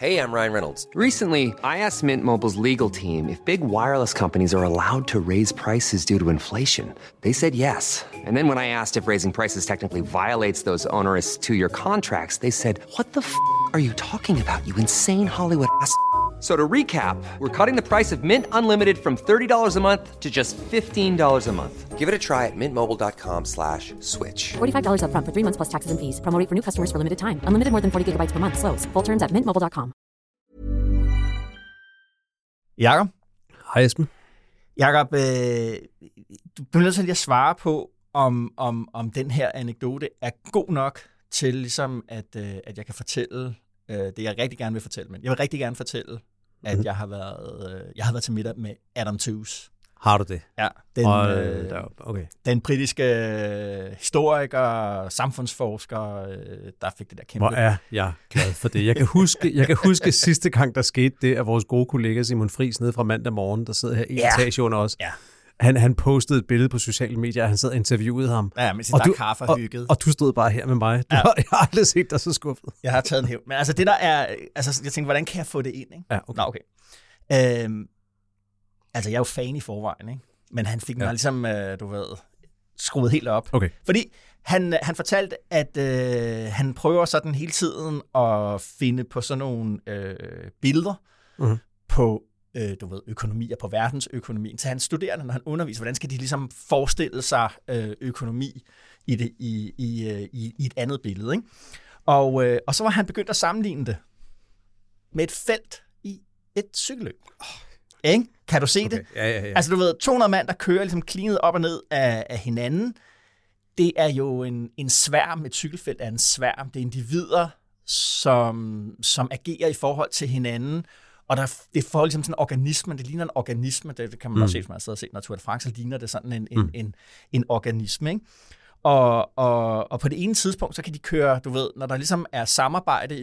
Hey, I'm Ryan Reynolds. Recently, I asked Mint Mobile's legal team if big wireless companies are allowed to raise prices due to inflation. They said yes. And then when I asked if raising prices technically violates those onerous two-year contracts, they said, "What the are you talking about, you insane Hollywood ass?" So to recap, we're cutting the price of Mint Unlimited from $30 a month to just $15 a month. Give it a try at mintmobile.com/switch. $45 up front for 3 months plus taxes and fees. Promo rate for new customers for limited time. Unlimited more than 40 gigabytes per month. Slows full terms at mintmobile.com. Jakob? Hej Esben. Jakob, du bliver nødt til lige at svare på, om den her anekdote er god nok til, ligesom, at jeg kan fortælle det, jeg rigtig gerne vil fortælle. Men jeg vil rigtig gerne fortælle, at jeg har været til middag med Adam Tooze. Har du det? Ja. Den britiske historiker, samfundsforsker, der fik det der kæmpe... Hvor er jeg glad for det. Jeg kan huske sidste gang, der skete det, at vores gode kollega Simon Friis nede fra mandag morgen, der sidder her i etage under os. Ja. Han postede et billede på sociale medier, og han sad og interviewede ham. Ja, men sin der kaffe og hygget. Og du stod bare her med mig. Jeg har aldrig set dig så skuffet. Jeg har taget en hæv. Men altså det der er... Altså, jeg tænkte, hvordan kan jeg få det ind? Ikke? Ja, okay. Nå, okay. Altså, jeg er jo fan i forvejen, ikke? Men han fik mig ligesom, du ved, skruet helt op. Okay. Fordi han fortalte, at han prøver sådan hele tiden at finde på sådan nogle billeder på du ved, økonomier, på verdensøkonomien. Så han studerende, når han underviser, hvordan skal de ligesom forestille sig økonomi i et andet billede, ikke? Og så var han begyndt at sammenligne det med et felt i et cykelløb. Ikke? Kan du se det? Ja. Altså du ved, 200 mand, der kører ligesom klinet op og ned af hinanden. Det er jo en sværm, et cykelfelt er en sværm. Det er individer, som agerer i forhold til hinanden. Og det får ligesom sådan en organisme, det ligner en organisme, det kan man også se, hvis man har siddet og set Tour de France, så ligner det sådan en organisme, ikke? Og på det ene tidspunkt, så kan de køre, du ved, når der ligesom er samarbejde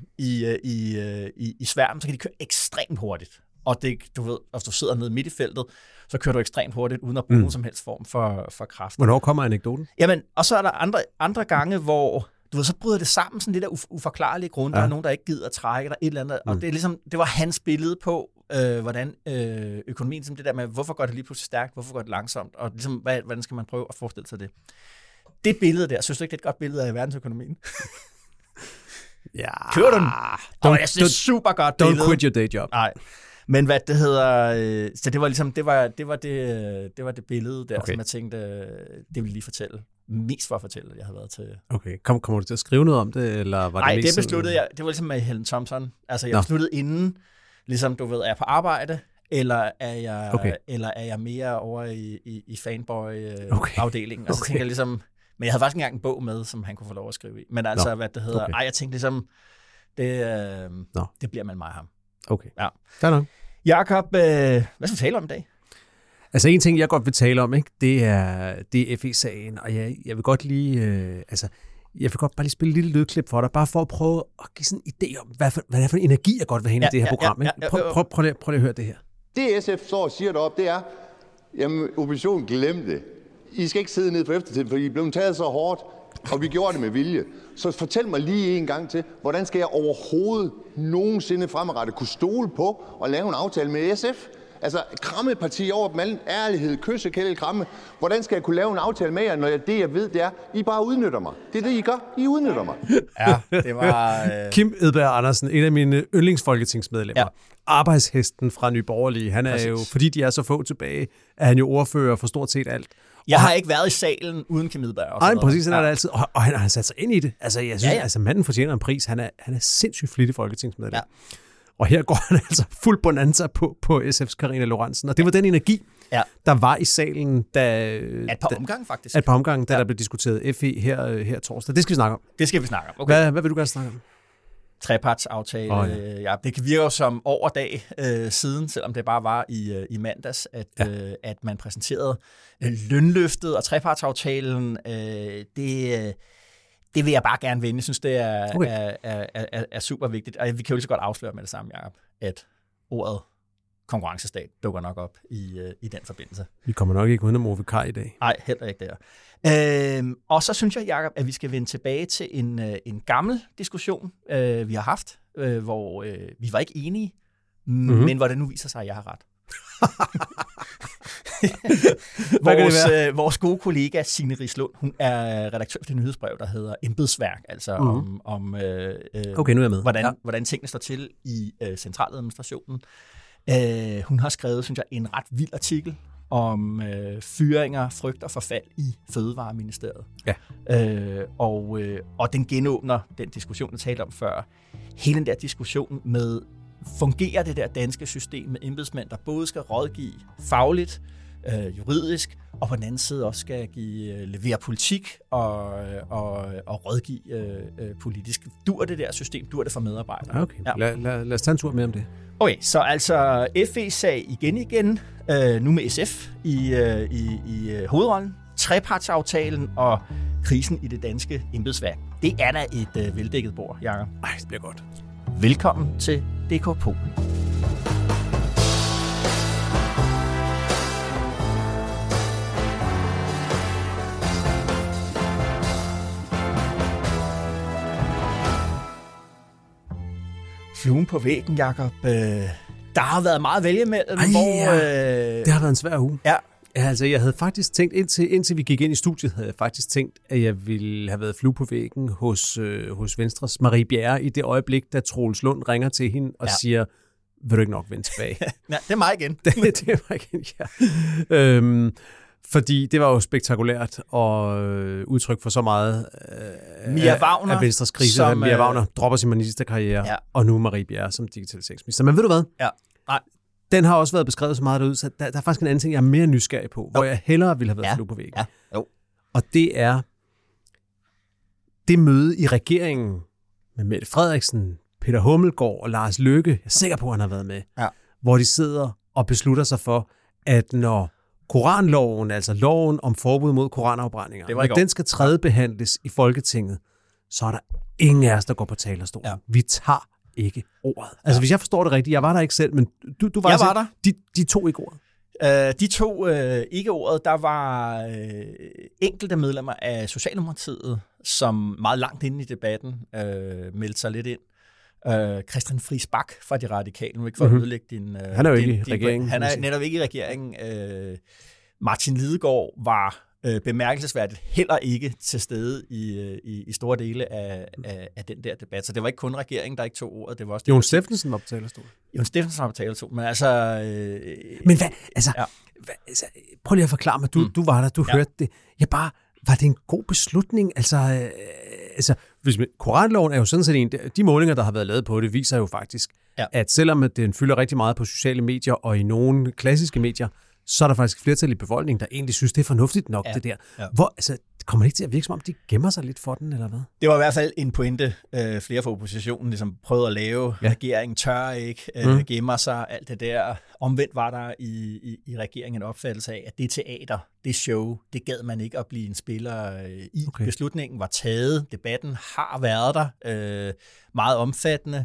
i sværmen, så kan de køre ekstremt hurtigt. Og det, du ved, hvis du sidder nede midt i feltet, så kører du ekstremt hurtigt, uden at bruge nogen som helst form for kraft. Hvornår kommer anekdoten? Jamen, og så er der andre gange, hvor du ved, så bryder det sammen sådan lidt af uforklarlige grunde. Der er nogen, der ikke gider at trække, der et eller andet. Og det er ligesom, det var hans billede på, hvordan økonomien, ligesom det der med, hvorfor går det lige pludselig stærkt, hvorfor går det langsomt, og ligesom, hvordan skal man prøve at forestille sig det. Det billede der, synes du ikke, det er et godt billede af verdensøkonomien? Ja. Kører du den? Jeg synes, det er super godt billede. Don't quit your day job. Nej. Men hvad det hedder, så det var ligesom, det var det billede der, som jeg tænkte, det ville lige fortælle. Mest for at fortælle, at jeg havde været til. Okay, kommer du til at skrive noget om det, eller var det nej, mest det besluttede jeg, det var ligesom med Helen Thompson. Altså jeg besluttede inden, ligesom du ved, er jeg på arbejde, eller er jeg mere over i fanboy-afdelingen. Og så tænkte jeg ligesom, men jeg havde faktisk engang en bog med, som han kunne få lov at skrive i. Men altså, hvad det hedder, jeg tænkte ligesom, det bliver mellem mig og ham. Okay, ja. Fair nok. Jakob, hvad skal vi tale om i dag? Altså en ting, jeg godt vil tale om, ikke, det er FE-sagen, og jeg vil godt lige, jeg vil godt bare lige spille et lille lydklip for dig, bare for at prøve at give sådan en idé om, hvad det er for en energi, jeg godt vil have ind i det her program. Prøv lige at høre det her. Det SF står og siger deroppe, det er, jamen oppositionen glemte det. I skal ikke sidde ned på eftertiden, for I blev taget så hårdt, og vi gjorde det med vilje. Så fortæl mig lige en gang til, hvordan skal jeg overhovedet nogensinde fremadrettet kunne stole på og lave en aftale med SF? Altså, kramme et parti over dem alle, ærlighed, kysse, kælde, kramme. Hvordan skal jeg kunne lave en aftale med jer, når det jeg ved, det er, I bare udnytter mig? Det er det, I gør. I udnytter mig. Ja, det var... Kim Edberg Andersen, en af mine yndlingsfolketingsmedlemmer. Ja. Arbejdshesten fra Nye Borgerlige. Han er jo, fordi de er så få tilbage, er han jo ordfører for stort set alt. Jeg har ikke været i salen uden Kim Edberg. Nej, præcis, han er det altid. Og han har sat sig ind i det. Altså, jeg synes, altså manden fortjener en pris. Han er sindssygt flittig folketingsmedlem. Ja. Og her går han altså fuld bonanza på SF's Karina Lorentzen. Og det var den energi, der var i salen, da... Et par omgange, faktisk. Et par omgange, da der blev diskuteret FE her torsdag. Det skal vi snakke om. Det skal vi snakke om. Okay. Hvad vil du gerne snakke om? Trepartsaftale. Det virker jo som over dag siden, selvom det bare var i mandags, at man præsenterede lønløftet og trepartsaftalen. Det vil jeg bare gerne vinde. Jeg synes, det er super vigtigt. Og vi kan jo lige så godt afsløre med det samme, Jacob, at ordet konkurrencestat dukker nok op i den forbindelse. Vi kommer nok ikke uden om Ove Kaj i dag. Nej, heller ikke der. Og så synes jeg, Jacob, at vi skal vende tilbage til en gammel diskussion, vi har haft, hvor vi var ikke enige, men hvor det nu viser sig, at jeg har ret. Vores gode kollega Signe Riislund, hun er redaktør for det nyhedsbrev, der hedder Embedsværk, altså om okay, nu er jeg med. Hvordan tingene står til i centraladministrationen. Hun har skrevet, synes jeg, en ret vild artikel om fyringer, frygt og forfald i Fødevareministeriet. Ja. Og den genåbner den diskussion, jeg talte om før. Hele den der diskussion med, fungerer det der danske system med embedsmænd, der både skal rådgive fagligt, juridisk, og på den anden side også skal levere politik og rådgive politisk. Dur det der system? Dur det for medarbejdere? Okay, ja. Lad os tage en tur med om det. Okay, så altså FE-sag igen, nu med SF i hovedrollen, trepartsaftalen og krisen i det danske embedsværk. Det er da et veldækket bord, Jacob. Ej, det bliver godt. Velkommen til DK Pol. Fluen på væggen, Jacob. Der har været meget at vælge mellem. Det har været en svær uge. Ja. Ja, altså jeg havde faktisk tænkt, indtil vi gik ind i studiet, havde jeg faktisk tænkt, at jeg ville have været flue på væggen hos Venstres Marie Bjerre i det øjeblik, da Troels Lund ringer til hende og siger, vil du ikke nok vende tilbage? Ja, det er mig igen. det er mig igen, ja. Fordi det var jo spektakulært og udtryk for så meget Mia Wagner, af Venstres krise. Mia Wagner dropper sin ministerkarriere, og nu Marie Bjerre som digitaliseringsminister. Men ved du hvad? Ja. Nej. Den har også været beskrevet så meget derude, så der er faktisk en anden ting, jeg er mere nysgerrig på, hvor jeg hellere ville have været flue på væggen. Ja. Jo. Og det er det møde i regeringen med Mette Frederiksen, Peter Hummelgaard og Lars Løkke, jeg er sikker på, at han har været med, hvor de sidder og beslutter sig for, at når koranloven, altså loven om forbud mod koranafbrændinger, når den skal tredjebehandles i Folketinget, så er der ingen af os, der går på talerstolen. Ja. Vi tager ikke ordet. Altså hvis jeg forstår det rigtigt, jeg var der ikke selv, men du var, var der. De tog ikke ordet. De tog ikke ordet. Der var enkelte medlemmer af Socialdemokratiet, som meget langt inde i debatten meldte sig lidt ind. Christian Friis Bach fra De Radikale, nu ikke for at ødelægge din... Han er jo ikke i regeringen. Han er netop ikke i regeringen. Martin Lidegaard var bemærkelsesværdigt heller ikke til stede i store dele af den der debat. Så det var ikke kun regeringen, der ikke tog ordet. Det var også Jon Steffensen var på talerstolen. Jon Steffensen var på talerstolen, men altså... Men hvad? Altså, prøv lige at forklare mig. Du var der, du hørte det. Var det en god beslutning? Altså hvis koranloven er jo sådan set en... De målinger, der har været lavet på det, viser jo faktisk, at selvom den fylder rigtig meget på sociale medier og i nogle klassiske medier, så er der faktisk flertal i befolkningen, der egentlig synes, det er fornuftigt nok, det der. Ja. Kommer det ikke til at virke som om, de gemmer sig lidt for den, eller hvad? Det var i hvert fald en pointe, flere fra oppositionen ligesom prøvede at lave. Ja. Regeringen tør ikke, gemmer sig, alt det der. Omvendt var der i regeringen en opfattelse af, at det teater, det show, det gad man ikke at blive en spiller i. Okay. Beslutningen var taget, debatten har været der, meget omfattende.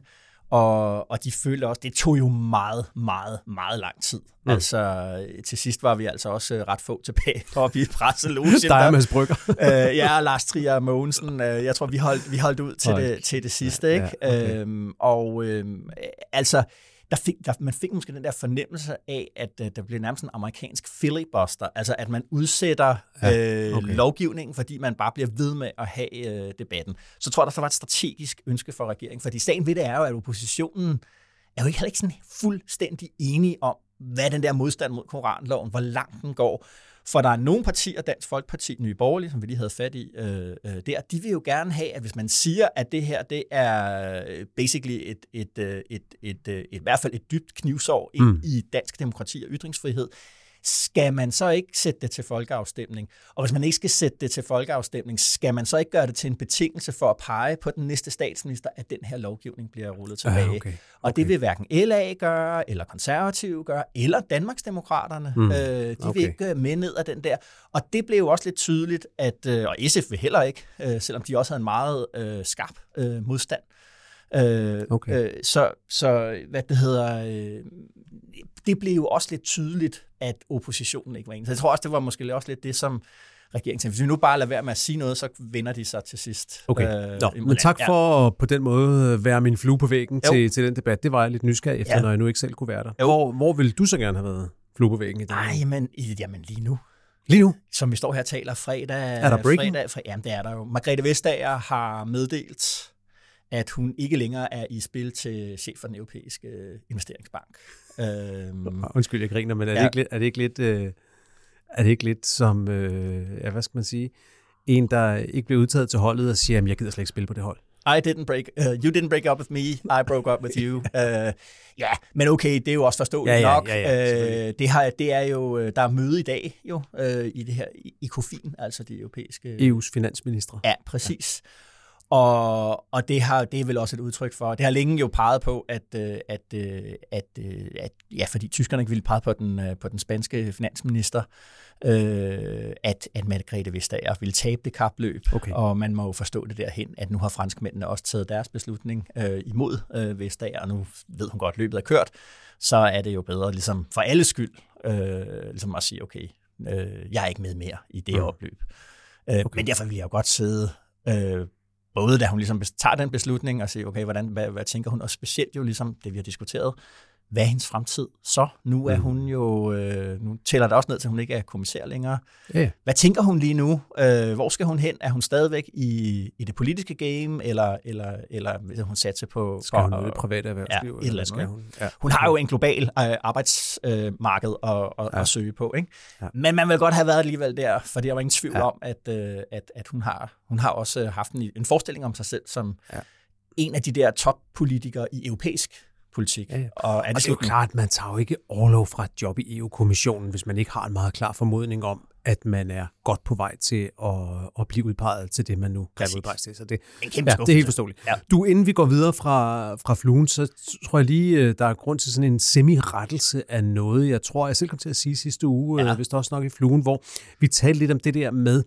Og de følte også, det tog jo meget, meget, meget lang tid. Altså, til sidst var vi altså også ret få tilbage oppe i presselogen. Der er Mads Brygger. Ja, Lars Trier Mogensen. Jeg tror, vi holdt ud til det sidste. Ikke? Ja, okay. Altså, man fik måske den der fornemmelse af, at der blev nærmest en amerikansk filibuster, altså at man udsætter lovgivningen, fordi man bare bliver ved med at have debatten. Så tror jeg, der var et strategisk ønske for regeringen, fordi sagen ved det er jo, at oppositionen er jo heller ikke sådan fuldstændig enige om, hvad den der modstand mod koranloven, hvor langt den går. For der er nogle partier, Dansk Folkeparti, Nye Borgerlige, som vi lige havde fat i der, de vil jo gerne have, at hvis man siger, at det her, det er basically i hvert fald et dybt knivsår ind i dansk demokrati og ytringsfrihed, skal man så ikke sætte det til folkeafstemning? Og hvis man ikke skal sætte det til folkeafstemning, skal man så ikke gøre det til en betingelse for at pege på den næste statsminister, at den her lovgivning bliver rullet tilbage? Okay. Og det vil hverken LA gøre, eller Konservative gøre, eller Danmarksdemokraterne. De vil ikke med ned af den der. Og det blev jo også lidt tydeligt, at, og SF vil heller ikke, selvom de også havde en meget skarp modstand. Okay. Så hvad det hedder, det blev jo også lidt tydeligt, at oppositionen ikke var enig. Så jeg tror også, det var måske også lidt det, som regeringen tænkte. Hvis vi nu bare lader være med at sige noget, så vinder de sig til sidst. Okay. Men tak for på den måde være min flue på væggen til den debat. Det var jeg lidt nysgerrig efter, når jeg nu ikke selv kunne være der. Hvor ville du så gerne have været flue på væggen i dag? Jamen lige nu. Lige nu? Som vi står her og taler fredag. Er der breaking? Jamen, det er der jo. Margrethe Vestager har meddelt, at hun ikke længere er i spil til chef for den europæiske investeringsbank. Undskyld, jeg griner, men er det ikke lidt som, hvad skal man sige, en, der ikke bliver udtaget til holdet og siger, at jeg gider slet ikke spille på det hold? You didn't break up with me, I broke up with you. Men okay, det er jo også forståeligt nok. Det er jo, der er møde i dag jo, i det her ECOFIN, altså de europæiske... EU's finansministre. Ja, præcis. Ja. Og det er vel også et udtryk for, det har længe jo peget på, at fordi tyskerne ikke ville pege på den spanske finansminister, at Margrethe Vestager ville tabe det kapløb, og man må jo forstå det derhen, at nu har franskmændene også taget deres beslutning imod Vestager, og nu ved hun godt, løbet er kørt, så er det jo bedre ligesom for alle skyld, ligesom at sige, okay, jeg er ikke med mere i det opløb. Men derfor vil jeg jo godt sidde... Både da hun ligesom tager den beslutning og siger, okay, hvad tænker hun? Og specielt jo ligesom det, vi har diskuteret, hvad er hendes fremtid så? Nu er hun jo, nu tæller det også ned til, at hun ikke er kommissær længere. Yeah. Hvad tænker hun lige nu? Hvor skal hun hen? Er hun stadigvæk i det politiske game, eller vil hun satse på... Skal hun noget i private erhvervsliv? Ja, eller noget. Hun har jo en global arbejdsmarked at søge på, ikke? Ja. Men man vil godt have været alligevel der, for der var ingen tvivl om, at hun har også haft en forestilling om sig selv som en af de der toppolitikere i europæisk politik. Ja. Og det er jo klart, at man tager jo ikke orlov fra et job i EU-kommissionen, hvis man ikke har en meget klar formodning om, at man er godt på vej til at blive udpeget til det, man nu kan udpeges til. Så det er helt forståeligt. Ja. Du, inden vi går videre fra fluen, så tror jeg lige, der er grund til sådan en semi-rettelse af noget. Jeg tror, jeg selv kom til at sige sidste uge, hvis der også nok i fluen, hvor vi talte lidt om det der med,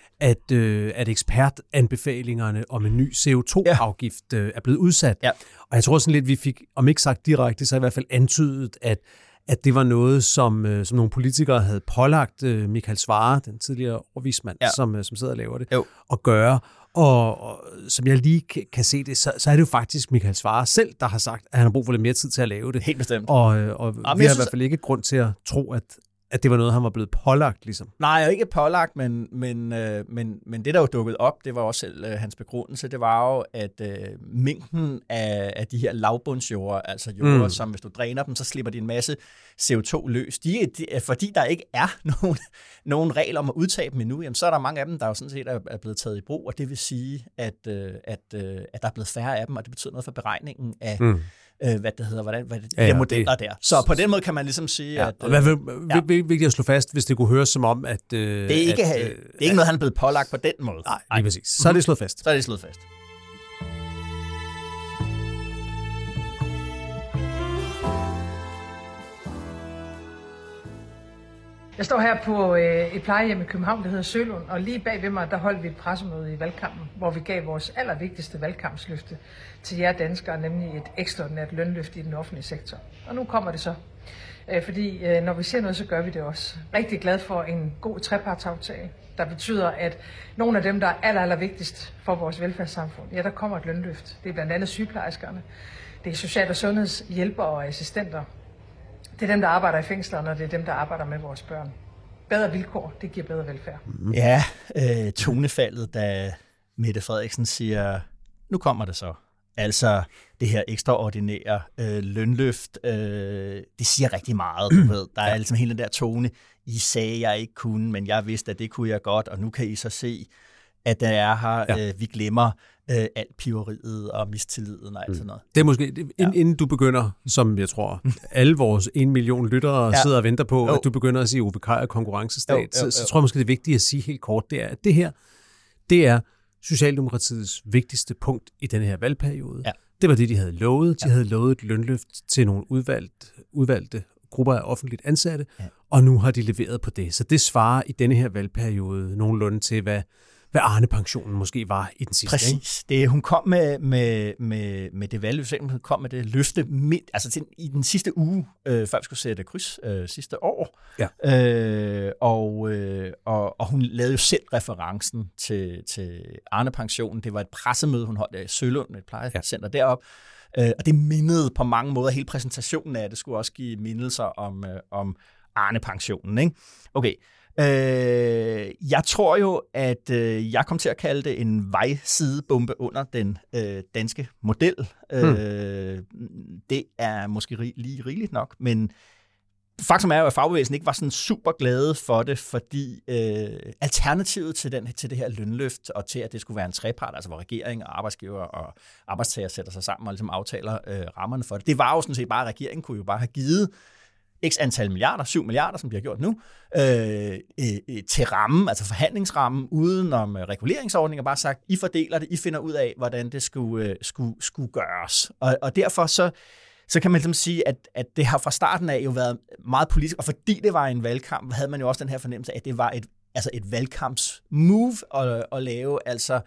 at ekspertanbefalingerne om en ny CO2-afgift er blevet udsat. Ja. Og jeg tror sådan lidt, vi fik, om ikke sagt direkte, så i hvert fald antydet, at det var noget, som nogle politikere havde pålagt Michael Svarer, den tidligere overvismand, som sidder og laver det, at gøre. Og som jeg lige kan se det, så er det jo faktisk Michael Svarer selv, der har sagt, at han har brug for lidt mere tid til at lave det. Helt bestemt. Og vi har i hvert fald ikke grund til at tro, at det var noget, han var blevet pålagt, ligesom. Nej, ikke pålagt, men det, der jo dukkede op, det var også selv hans begrundelse, det var jo, at mængden af de her lavbundsjorder, altså jorder, som hvis du dræner dem, så slipper de en masse CO2 løs. Fordi der ikke er nogen regler om at udtage dem endnu, jamen, så er der mange af dem, der jo sådan set er blevet taget i brug, og det vil sige, at der er blevet færre af dem, og det betyder noget for beregningen af de modeller der. Så på den måde kan man ligesom sige, at... Vigtigt at slå fast, hvis det kunne høres som om, at... Det er ikke noget, han er blevet pålagt på den måde. Nej, lige præcis. Så er det slået fast. Jeg står her på et plejehjem i København, der hedder Sølund, og lige bag ved mig, der holdt vi et pressemøde i valgkampen, hvor vi gav vores allervigtigste valgkampsløfte til jer danskere, nemlig et ekstraordinært lønløft i den offentlige sektor. Og nu kommer det så, fordi når vi ser noget, så gør vi det også. Rigtig glad for en god trepartsaftale, der betyder, at nogle af dem, der er allervigtigst for vores velfærdssamfund, der kommer et lønløft. Det er blandt andet sygeplejerskerne, det er social- og sundhedshjælpere og assistenter. Det er dem, der arbejder i fængslerne, og det er dem, der arbejder med vores børn. Bedre vilkår, det giver bedre velfærd. Ja, tonefaldet, da Mette Frederiksen siger, nu kommer det så. Altså det her ekstraordinære lønløft, det siger rigtig meget, du ved. Der er ligesom hele den der tone, I sagde, jeg ikke kunne, men jeg vidste, at det kunne jeg godt, og nu kan I så se, at der er her, vi glemmer alt piveriet og mistilliden og alt sådan noget. Det er måske, inden du begynder, som jeg tror, alle vores 1 million lyttere sidder og venter på, at du begynder at sige OBK og konkurrencestat, så tror jeg måske, det er vigtigt at sige helt kort, det er, at det her, det er Socialdemokratiets vigtigste punkt i denne her valgperiode. Ja. Det var det, de havde lovet. De havde lovet et lønløft til nogle udvalgte grupper af offentligt ansatte, og nu har de leveret på det. Så det svarer i denne her valgperiode nogenlunde til, hvad hvad Arne-pensionen måske var i den sidste. Præcis. Det, hun kom med det valgløfte, hun kom med det løfte i den sidste uge, før vi skulle sætte kryds sidste år. Ja. Og hun lavede jo selv referencen til Arne-pensionen. Det var et pressemøde, hun holdt der i Sølund, et plejecenter deroppe. Og det mindede på mange måder, hele præsentationen af det skulle også give mindelser om Arne-pensionen. Ikke? Okay. Jeg tror jo, at jeg kom til at kalde det en vejsidebombe under den danske model. Det er måske lige rigeligt nok, men faktum er jo, at fagbevægelsen ikke var sådan super glade for det, fordi alternativet til det her lønløft, og til at det skulle være en trepart, altså hvor regering og arbejdsgiver og arbejdstager sætter sig sammen og ligesom aftaler rammerne for det, det var jo sådan set bare, at regeringen kunne jo bare have givet x antal milliarder, 7 milliarder, som de har gjort nu, til rammen, altså forhandlingsrammen, uden om reguleringsordninger, bare sagt, I fordeler det, I finder ud af, hvordan det skulle gøres. Og derfor så kan man ligesom sige, at det har fra starten af jo været meget politisk, og fordi det var en valgkamp, havde man jo også den her fornemmelse af, at det var et valgkampsmove at lave, altså.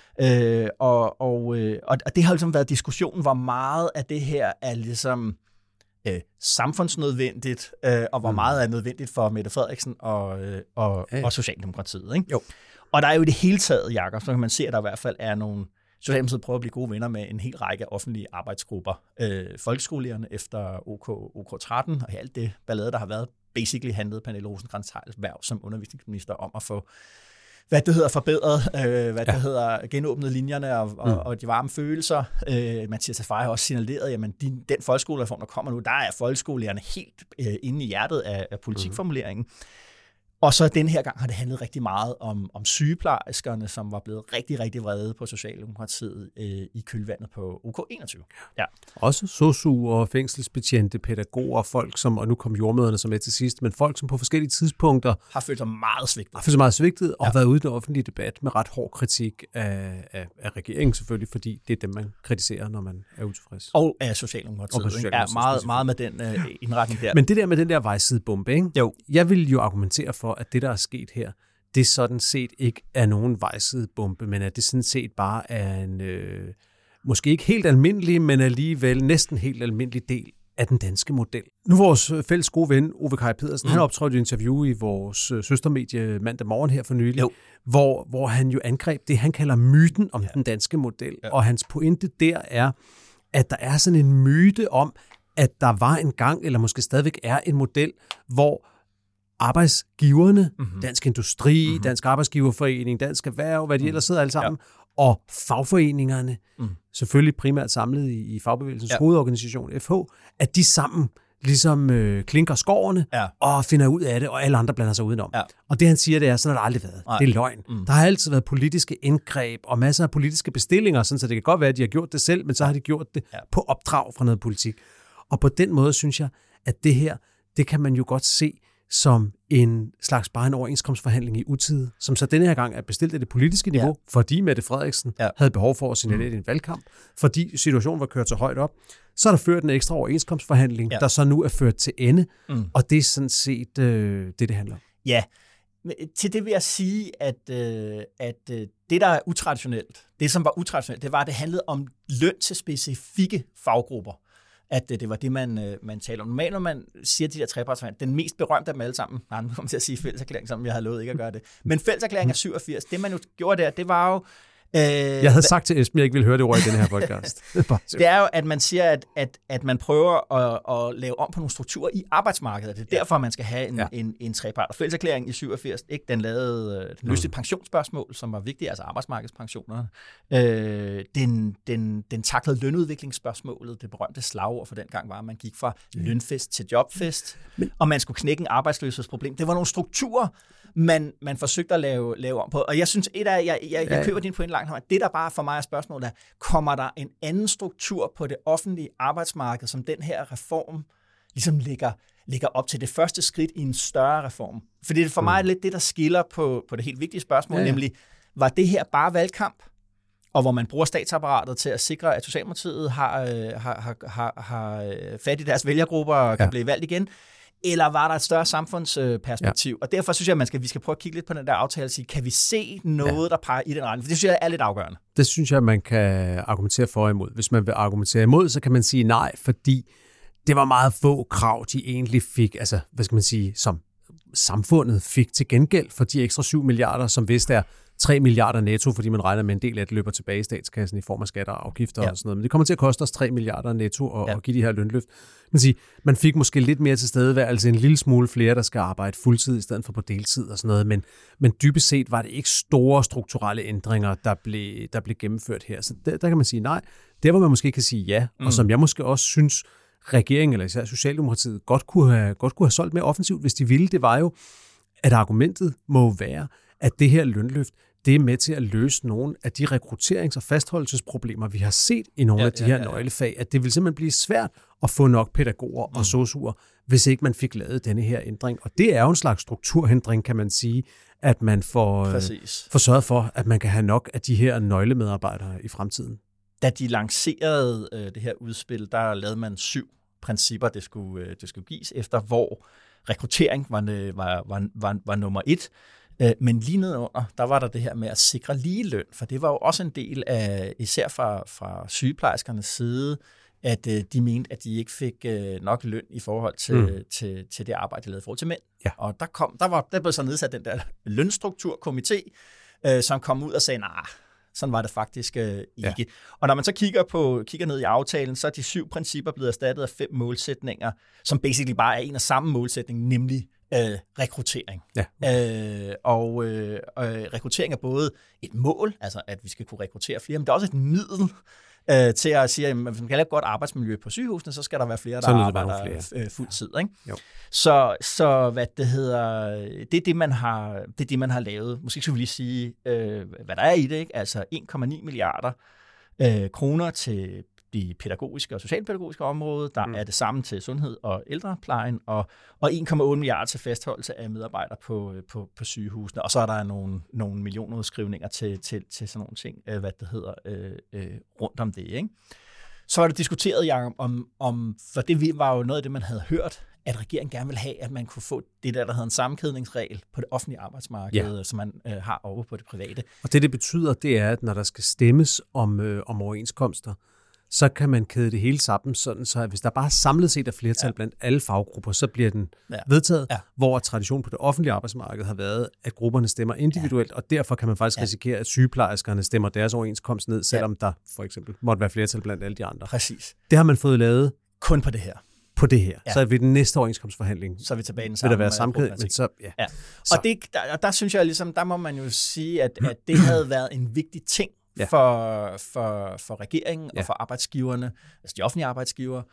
Og det har ligesom været diskussionen, hvor meget af det her er ligesom samfundsnødvendigt, og hvor meget er nødvendigt for Mette Frederiksen og Socialdemokratiet. Ikke? Jo. Og der er jo i det hele taget, Jakob, så kan man se, at der i hvert fald er nogle Socialdemokratiet prøver at blive gode venner med en hel række offentlige arbejdsgrupper. Folkeskolelærerne efter OK13 og alt det ballade, der har været, basically handlede Pernille Rosenkrantz-Theils hverv som undervisningsminister om at få forbedret, genåbnet linjerne og de varme følelser. Mathias Tesfaye har også signaleret, jamen den folkeskolereform, der kommer nu, der er folkeskolelærerne helt inde i hjertet af politikformuleringen. Og så den her gang har det handlet rigtig meget om sygeplejerskerne, som var blevet rigtig, rigtig vrede på Socialdemokratiet i kølvandet på OK21. Ja. Også sosu'er og fængselsbetjente, pædagoger, folk som, og nu kom jordmøderne som med til sidst, men folk som på forskellige tidspunkter har følt sig meget svigtet. Og har været ude i den offentlige debat med ret hård kritik af regeringen selvfølgelig, fordi det er dem, man kritiserer, når man er utilfreds. Og af Socialdemokratiet. Meget med den indretning der. Men det der med den der vejsidebombe, ikke? Jo. Jeg vil jo argumentere for, at det, der er sket her, det sådan set ikke er nogen vejsidebombe, men at det sådan set bare er en, måske ikke helt almindelig, men alligevel næsten helt almindelig del af den danske model. Nu vores fælles gode ven, Ove Kaj Pedersen, han optrådte i et interview i vores søstermedie mandag morgen her for nylig, hvor han jo angreb det, han kalder myten om den danske model. Ja. Og hans pointe der er, at der er sådan en myte om, at der var en gang, eller måske stadigvæk er en model, hvor arbejdsgiverne, Dansk Industri, Dansk Arbejdsgiverforening, Dansk Erhverv, hvad de ellers sidder alle sammen, og fagforeningerne, selvfølgelig primært samlet i fagbevægelsens hovedorganisation, FH, at de sammen ligesom klinker skårene og finder ud af det, og alle andre blander sig udenom. Ja. Og det han siger, det er, sådan har det aldrig været. Nej. Det er løgn. Der har altid været politiske indgreb og masser af politiske bestillinger, sådan så det kan godt være, at de har gjort det selv, men så har de gjort det på opdrag fra noget politik. Og på den måde synes jeg, at det her, det kan man jo godt se som en slags bare en overenskomstforhandling i utide, som så denne her gang er bestilt af det politiske niveau, fordi Mette Frederiksen havde behov for at signalere i en valgkamp, fordi situationen var kørt så højt op. Så er der ført en ekstra overenskomstforhandling, der så nu er ført til ende, og det er sådan set det handler om. Ja, til det vil jeg sige, at det, der er utraditionelt, det som var utraditionelt, det var, at det handlede om løn til specifikke faggrupper. At det var det, man taler om. Normalt, når man siger de der trepartsforhandlinger, den mest berømte af dem alle sammen, nu kommer til at sige fælleserklæring, som jeg havde lovet ikke at gøre det, men fælleserklæring af 87, det man jo gjorde der, det var jo... jeg havde sagt til Esben, jeg ikke ville høre det ord i den her podcast. Det er jo, at man siger, at man prøver at lave om på nogle strukturer i arbejdsmarkedet. Det er derfor, man skal have en trepart. Og fælleserklæringen i 87, ikke, den løste et pensionsspørgsmål, som var vigtigt, altså arbejdsmarkedspensionerne. Den taklede lønudviklingsspørgsmålet. Det berømte slagord for den gang var, at man gik fra lønfest til jobfest, og man skulle knække en arbejdsløshedsproblem. Det var nogle strukturer, man forsøgte at lave om på. Og jeg synes, jeg køber din pointe langt. Det, der bare for mig er spørgsmålet, er, kommer der en anden struktur på det offentlige arbejdsmarked, som den her reform ligesom ligger op til det første skridt i en større reform? For det er for mig lidt det, der skiller på det helt vigtige spørgsmål, nemlig, var det her bare valgkamp, og hvor man bruger statsapparatet til at sikre, at Socialdemokratiet har fat i deres vælgergrupper og kan blive valgt igen? eller var der et større samfundsperspektiv? Og derfor synes jeg, at vi skal prøve at kigge lidt på den der aftale og sige, kan vi se noget, der peger i den retning? For det synes jeg er lidt afgørende. Det synes jeg, man kan argumentere for og imod. Hvis man vil argumentere imod, så kan man sige nej, fordi det var meget få krav, de egentlig fik, altså, hvad skal man sige, som samfundet fik til gengæld for de ekstra 7 milliarder, som vist er 3 milliarder netto, fordi man regner med en del af det løber tilbage i statskassen i form af skatter og afgifter og sådan noget. Men det kommer til at koste os 3 milliarder netto at give de her lønløft. Man fik måske lidt mere tilstedeværelse, en lille smule flere, der skal arbejde fuldtid i stedet for på deltid og sådan noget. Men dybest set var det ikke store strukturelle ændringer, der blev gennemført her. Så der kan man sige nej. Der, hvor man måske kan sige ja, og som jeg måske også synes, regeringen, eller især Socialdemokratiet, godt kunne have solgt mere offensivt, hvis de ville, det var jo, at argumentet må være, at det her lønløft, det er med til at løse nogle af de rekrutterings- og fastholdelsesproblemer, vi har set i nogle af de her nøglefag, at det vil simpelthen blive svært at få nok pædagoger og sosuer, hvis ikke man fik lavet denne her ændring. Og det er jo en slags strukturændring, kan man sige, at man får sørget for, at man kan have nok af de her nøglemedarbejdere i fremtiden. Da de lancerede det her udspil, der lavede man 7 principper, det skulle gives efter, hvor rekruttering var nummer 1. Men lige nedenunder, der var der det her med at sikre ligeløn, for det var jo også en del af, især fra sygeplejerskernes side, at de mente, at de ikke fik nok løn i forhold til det arbejde, de lavede i forhold til mænd. Ja. Og der blev så nedsat den der lønstrukturkomité, som kom ud og sagde, nej, sådan var det faktisk ikke. Ja. Og når man så kigger ned i aftalen, så er de 7 principper blevet erstattet af 5 målsætninger, som basically bare er en og samme målsætning, nemlig rekruttering. Ja. Rekruttering er både et mål, altså at vi skal kunne rekruttere flere, men det er også et middel til at sige, at hvis man kan lave et godt arbejdsmiljø på sygehusene, så skal der være flere, der arbejder fuld tid. Ikke? Så hvad det hedder, det er det, man har lavet. Måske skal vi lige sige, hvad der er i det. Ikke? Altså 1,9 milliarder kroner til de pædagogiske og socialpædagogiske område, der er det samme til sundhed og ældreplejen, og 1,8 milliarder til fastholdelse af medarbejdere på sygehusene, og så er der nogle millionudskrivninger til sådan nogle ting, rundt om det. Ikke? Så var det diskuteret, Jacob, om for det var jo noget af det, man havde hørt, at regeringen gerne vil have, at man kunne få det der hedder en sammenkædningsregel på det offentlige arbejdsmarked, som man har over på det private. Og det betyder, det er, at når der skal stemmes om overenskomster, så kan man kæde det hele sammen, sådan så hvis der bare samlet set er flertal blandt alle faggrupper, så bliver den vedtaget, hvor traditionen på det offentlige arbejdsmarked har været, at grupperne stemmer individuelt, og derfor kan man faktisk risikere, at sygeplejerskerne stemmer deres overenskomst ned, selvom der for eksempel måtte være flertal blandt alle de andre. Præcis. Det har man fået lavet kun på det her. Ja. Så ved den næste overenskomstforhandling, så er vi tilbage i den samme. Vil der være samkædet, men så. Og der synes jeg ligesom, der må man jo sige, at det havde været en vigtig ting for regeringen og for arbejdsgiverne, altså de offentlige arbejdsgivere,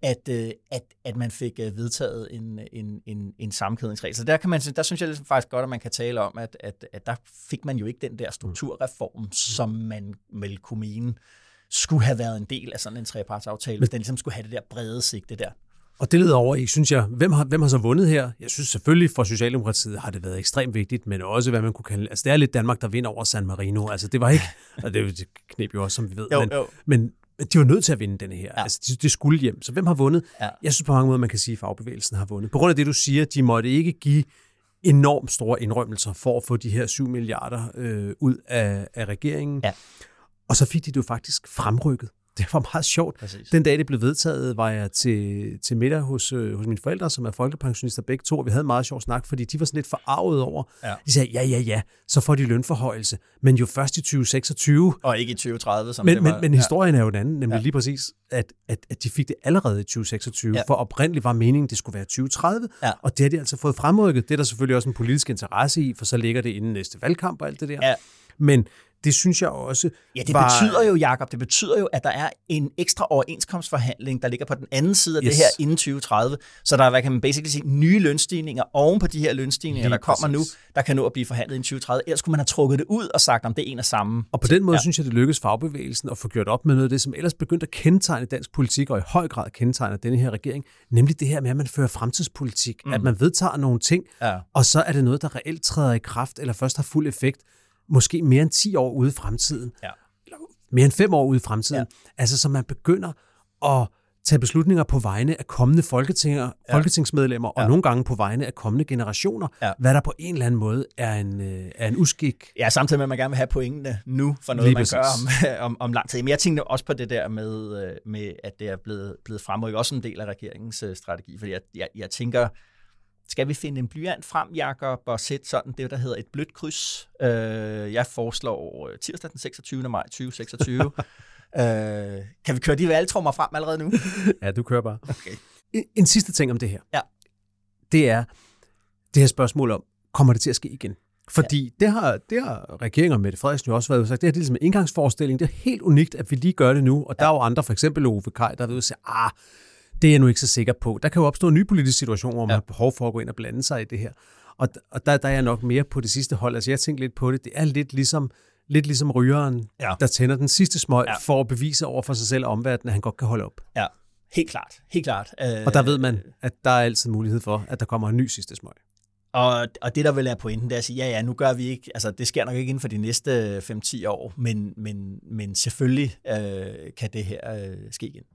at man fik vedtaget en sammenkædningsregel. Så der synes jeg faktisk godt, at man kan tale om, at der fik man jo ikke den der strukturreform, som man vel kunne mene skulle have været en del af sådan en trepartsaftale, hvis den ligesom skulle have det der brede sigte der. Og det leder over i, synes jeg, hvem har så vundet her? Jeg synes selvfølgelig, for Socialdemokratiet har det været ekstremt vigtigt, men også, hvad man kunne kalde, altså det er lidt Danmark, der vinder over San Marino. Altså det var ikke, og det kneb jo også, som vi ved, men de var nødt til at vinde denne her. Ja. Altså de skulle hjem. Så hvem har vundet? Ja. Jeg synes på mange måder, man kan sige, at fagbevægelsen har vundet. På grund af det, du siger, de måtte ikke give enormt store indrømmelser for at få de her 7 milliarder ud af regeringen. Ja. Og så fik de det jo faktisk fremrykket. Det var meget sjovt. Præcis. Den dag, det blev vedtaget, var jeg til middag hos mine forældre, som er folkepensionister begge to, og vi havde en meget sjov snak, fordi de var sådan lidt forarvet over. Ja. De sagde, ja, så får de lønforhøjelse, men jo først i 2026. Og ikke i 2030, som det var. Men historien er jo den anden, nemlig lige præcis, at de fik det allerede i 2026, for oprindeligt var meningen, det skulle være 2030, og det har de altså fået fremrykket. Det er der selvfølgelig også en politisk interesse i, for så ligger det inden næste valgkamp og alt det der. Ja. Men det synes jeg også betyder jo, Jacob, at der er en ekstra overenskomstforhandling, der ligger på den anden side af det her inden 2030. Så der er, hvad kan man basically sige, nye lønstigninger oven på de her lønstigninger, der kommer nu, der kan nå at blive forhandlet i 2030. Ellers kunne man have trukket det ud og sagt, om det er en af samme. Og på den måde synes jeg, det lykkedes fagbevægelsen at få gjort op med noget af det, som ellers begyndte at kendetegne dansk politik, og i høj grad kendetegner denne her regering, nemlig det her med, at man fører fremtidspolitik, at man vedtager nogle ting, og så er det noget, der reelt træder i kraft, eller først har fuld effekt, måske mere end 10 år ude i fremtiden, eller mere end 5 år ude i fremtiden. Altså, så man begynder at tage beslutninger på vegne af kommende folketingsmedlemmer, og nogle gange på vegne af kommende generationer, hvad der på en eller anden måde er en uskik. Ja, samtidig med, at man gerne vil have pointene nu, for noget, man gør om lang tid. Men jeg tænkte også på det der med at det er blevet fremrykket, også en del af regeringens strategi, fordi jeg tænker, skal vi finde en blyant frem, Jakob, og sætte sådan det, der hedder et blødt kryds? Jeg foreslår tirsdag den 26. maj 2026. Kan vi køre de valgtrummer frem allerede nu? Ja, du kører bare. Okay. En sidste ting om det her. Ja. Det er det her spørgsmål om, kommer det til at ske igen? Fordi det har regeringen og Mette Frederiksen jo også været udsagt. Det er ligesom en indgangsforestilling. Det er helt unikt, at vi lige gør det nu. Og der er jo andre, for eksempel Ove Kaj, der vil sige, det er jeg nu ikke så sikker på. Der kan jo opstå en ny politisk situation, hvor man har behov for at gå ind og blande sig i det her. Og der er jeg nok mere på det sidste hold. Altså jeg tænker lidt på det. Det er lidt ligesom rygeren, der tænder den sidste smøg for at bevise over for sig selv og omverdenen, at han godt kan holde op. Ja, helt klart. Og der ved man, at der er altid mulighed for, at der kommer en ny sidste smøg. Og det, der vil er pointen, det er at sige, nu gør vi ikke, altså det sker nok ikke inden for de næste 5-10 år, men selvfølgelig kan det her ske igen.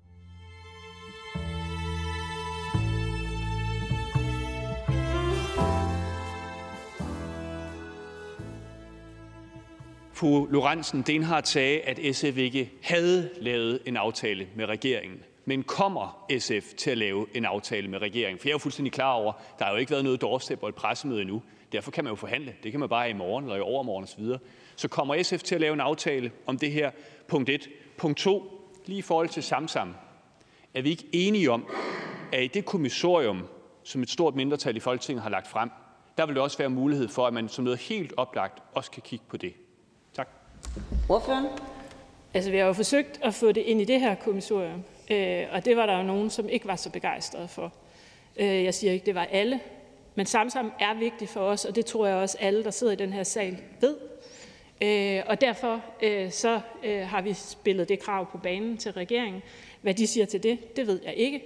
Fru Lorentzen Dehnhardt sagde, at SF ikke havde lavet en aftale med regeringen. Men kommer SF til at lave en aftale med regeringen? For jeg er jo fuldstændig klar over, der har jo ikke været noget doorstep og et pressemøde endnu. Derfor kan man jo forhandle. Det kan man bare i morgen eller i overmorgen osv. Så kommer SF til at lave en aftale om det her, punkt 1. Punkt 2, lige i forhold til Samsam. Er vi ikke enige om, at i det kommissorium, som et stort mindretal i Folketinget har lagt frem, der vil der også være mulighed for, at man som noget helt oplagt også kan kigge på det? Tak. Ordføreren? Altså, vi har jo forsøgt at få det ind i det her kommissorium, og det var der jo nogen, som ikke var så begejstrede for. Jeg siger ikke, det var alle, men Samsam er vigtigt for os, og det tror jeg også alle, der sidder i den her sal, ved. Og derfor så har vi spillet det krav på banen til regeringen. Hvad de siger til det ved jeg ikke.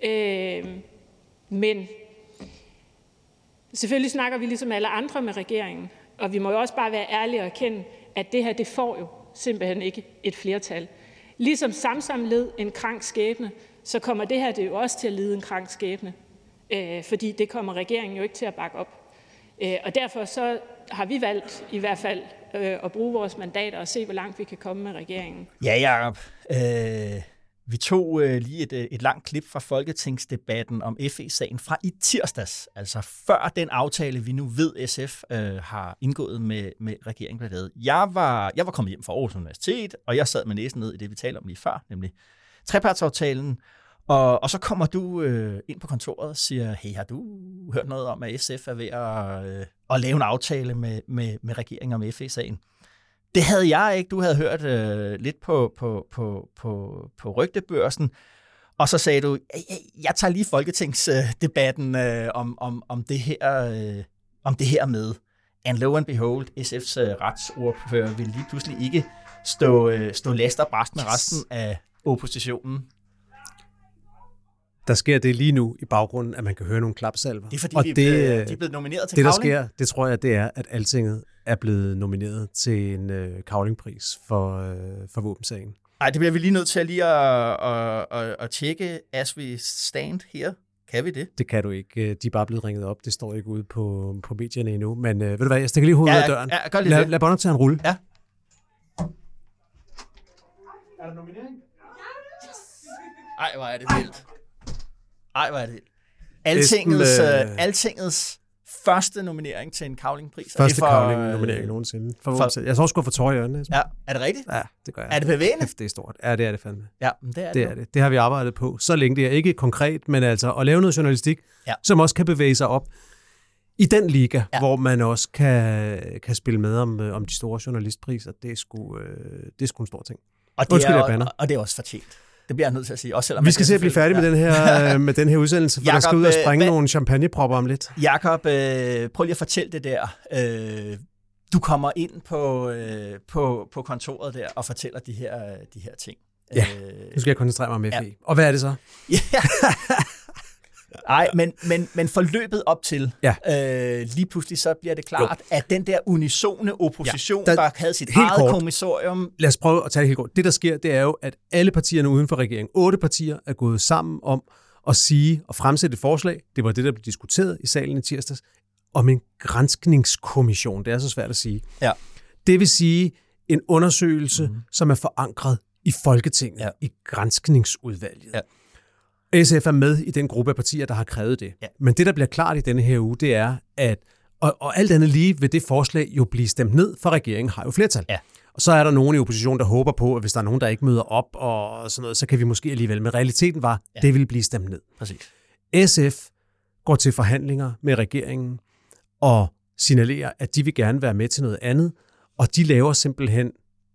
Men selvfølgelig snakker vi ligesom alle andre med regeringen, og vi må jo også bare være ærlige og erkende, at det her, det får jo simpelthen ikke et flertal. Ligesom Samsam led en krank skæbne, så kommer det her det jo også til at lide en krank skæbne, fordi det kommer regeringen jo ikke til at bakke op. Og derfor så har vi valgt i hvert fald at bruge vores mandater og se, hvor langt vi kan komme med regeringen. Ja, Jacob. Vi tog lige et langt klip fra folketingsdebatten om FE-sagen fra i tirsdags, altså før den aftale, vi nu ved, SF har indgået med regeringen blev lavet. Jeg var kommet hjem fra Aarhus Universitet, og jeg sad med næsen ned i det, vi talte om lige før, nemlig trepartsaftalen. Og så kommer du ind på kontoret og siger, hey, har du hørt noget om, at SF er ved at lave en aftale med regeringen om FE-sagen? Det havde jeg ikke. Du havde hørt lidt på rygtebørsen, og så sagde du, jeg tager lige folketingsdebatten om det her med. And lo and behold, SF's retsordfører vil lige pludselig ikke stå last og brast med resten af oppositionen. Der sker det lige nu i baggrunden, at man kan høre nogle klapsalver. Det er fordi, de er blevet nomineret til det, Cavling. Der sker, det tror jeg, det er, at Altinget er blevet nomineret til en Cavlingpris for våbensagen. Nej, det bliver vi lige nødt til lige at tjekke, as we stand here. Kan vi det? Det kan du ikke. De er bare blevet ringet op. Det står ikke ude på medierne endnu. Men ved du hvad, jeg stikker lige hovedet ud af døren. Ja, lad båndoptageren rulle. Ja. Er der nominering? Ej, hvor er det vildt. Altingets første nominering til en Cavlingpris. Første Cavling-nominering nogensinde. Jeg så også gå for tår i øjnene. Ja, er det rigtigt? Ja, det gør jeg. Er det bevægende? Det er stort. Ja, det er det fandme. Ja, det er det. Det har vi arbejdet på. Så længe det er ikke konkret, men altså at lave noget journalistik, som også kan bevæge sig op i den liga, hvor man også kan spille med om de store journalistpriser. Det er sgu en stor ting. Og det er også fortjent. Det bliver jeg nødt til at sige. Også selvom vi skal se at blive færdige med den her udsendelse, for Jacob, der skal ud og springe nogle champagnepropper om lidt. Jakob, prøv lige at fortælle det der. Du kommer ind på kontoret der og fortæller de her ting. Ja, nu skal jeg koncentrere mig om FE. Og hvad er det så? Nej, men forløbet op til, lige pludselig så bliver det klart, at den der unisone opposition, der havde sit eget kommissorium... Lad os prøve at tage det helt kort. Det, der sker, det er jo, at alle partierne uden for regeringen, 8 partier, er gået sammen om at sige og fremsætte et forslag. Det var det, der blev diskuteret i salen i tirsdags, om en granskningskommission. Det er så svært at sige. Ja. Det vil sige en undersøgelse, som er forankret i Folketinget, i granskningsudvalget. Ja. SF er med i den gruppe af partier, der har krævet det. Ja. Men det, der bliver klart i denne her uge, det er, at og alt andet lige vil det forslag jo blive stemt ned, for regeringen har jo flertal. Ja. Og så er der nogen i oppositionen, der håber på, at hvis der er nogen, der ikke møder op og sådan noget, så kan vi måske alligevel. Men realiteten var, det ville blive stemt ned. Præcis. SF går til forhandlinger med regeringen og signalerer, at de vil gerne være med til noget andet, og de laver simpelthen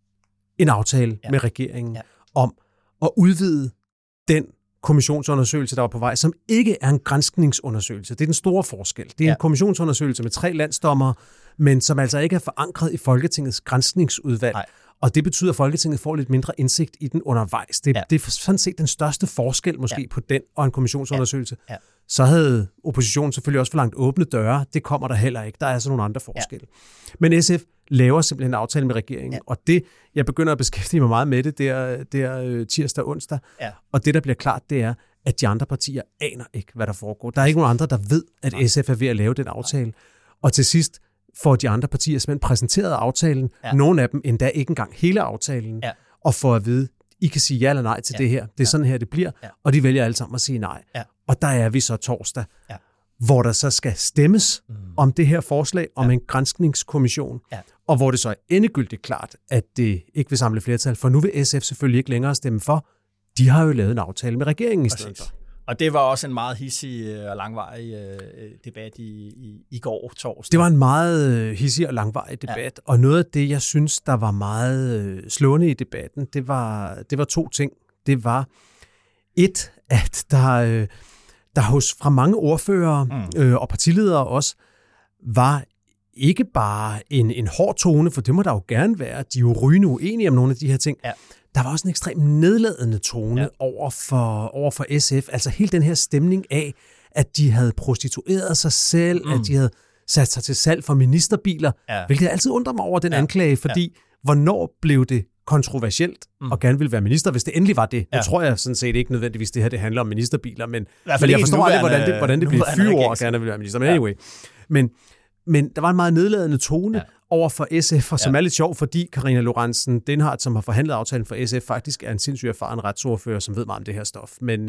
en aftale med regeringen om at udvide den kommissionsundersøgelse, der var på vej, som ikke er en granskningsundersøgelse. Det er den store forskel. Det er en kommissionsundersøgelse med 3 landsdommere, men som altså ikke er forankret i Folketingets granskningsudvalg. Nej. Og det betyder, at Folketinget får lidt mindre indsigt i den undervejs. Det er sådan set den største forskel måske på den og en kommissionsundersøgelse. Ja. Så havde oppositionen selvfølgelig også forlangt åbne døre. Det kommer der heller ikke. Der er så nogle andre forskelle. Men SF laver simpelthen en aftale med regeringen, og det, jeg begynder at beskæftige mig meget med det, det er tirsdag og onsdag. Ja. Og det, der bliver klart, det er, at de andre partier aner ikke, hvad der foregår. Der er ikke nogen andre, der ved, at SF er ved at lave den aftale. Og til sidst får de andre partier simpelthen præsenteret aftalen. Nogle af dem endda ikke engang hele aftalen, og får at vide, I kan sige ja eller nej til det her. Det er sådan her, det bliver. Og de vælger alle sammen at sige nej. Og der er vi så torsdag, hvor der så skal stemmes om det her forslag om en granskningskommission, og hvor det så er endegyldigt klart, at det ikke vil samle flertal, for nu vil SF selvfølgelig ikke længere stemme for. De har jo lavet en aftale med regeringen i stedet for. Og det var også en meget hissig og langvarig debat i går torsdag. Det var en meget hissig og langvarig debat, og noget af det, jeg synes, der var meget slående i debatten, det var 2 ting. Det var et, at der fra mange ordførere og partiledere også var ikke bare en hård tone, for det må der jo gerne være. De er jo rygende uenige om nogle af de her ting. Ja. Der var også en ekstremt nedladende tone over for SF. Altså hele den her stemning af, at de havde prostitueret sig selv, at de havde sat sig til salg for ministerbiler, hvilket jeg altid undrer mig over den anklage, fordi hvornår blev det kontroversielt og gerne ville være minister, hvis det endelig var det. Nu tror jeg sådan set ikke nødvendigvis, det her det handler om ministerbiler, men jeg forstår aldrig, hvordan det bliver 4 år og gerne vil være minister. Men anyway. Men der var en meget nedladende tone over for SF, og som er lidt sjov, fordi Karina Lorentzen Dehnhardt, som har forhandlet aftalen for SF, faktisk er en sindssygt erfaren retsordfører, som ved meget om det her stof. Men,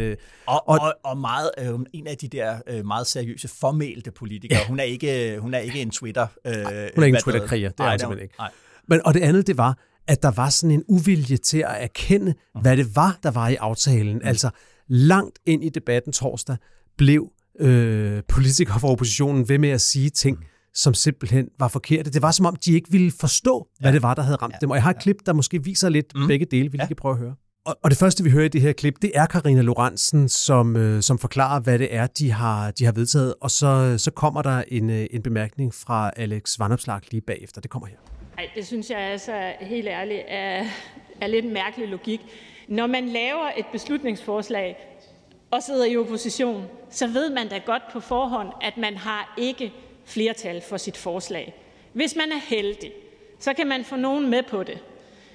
og meget en af de der meget seriøse, formælte politikere. Hun er ikke en Twitter. Hun er ikke en Twitter-kriger, det er hun simpelthen ikke. Men, og det andet, det var, at der var sådan en uvilje til at erkende, hvad det var, der var i aftalen. Altså langt ind i debatten torsdag blev politikere fra oppositionen ved med at sige ting, som simpelthen var forkerte. Det var som om, de ikke ville forstå, hvad det var, der havde ramt dem. Og jeg har et klip, der måske viser lidt begge dele, vi lige kan prøve at høre. Og det første, vi hører i det her klip, det er Karina Lorentzen, som forklarer, hvad det er, de har vedtaget. Og så kommer der en bemærkning fra Alex Vanopslagh lige bagefter. Det kommer her. Nej, det synes jeg altså helt ærligt er lidt en mærkelig logik. Når man laver et beslutningsforslag og sidder i opposition, så ved man da godt på forhånd, at man har ikke flertal for sit forslag. Hvis man er heldig, så kan man få nogen med på det.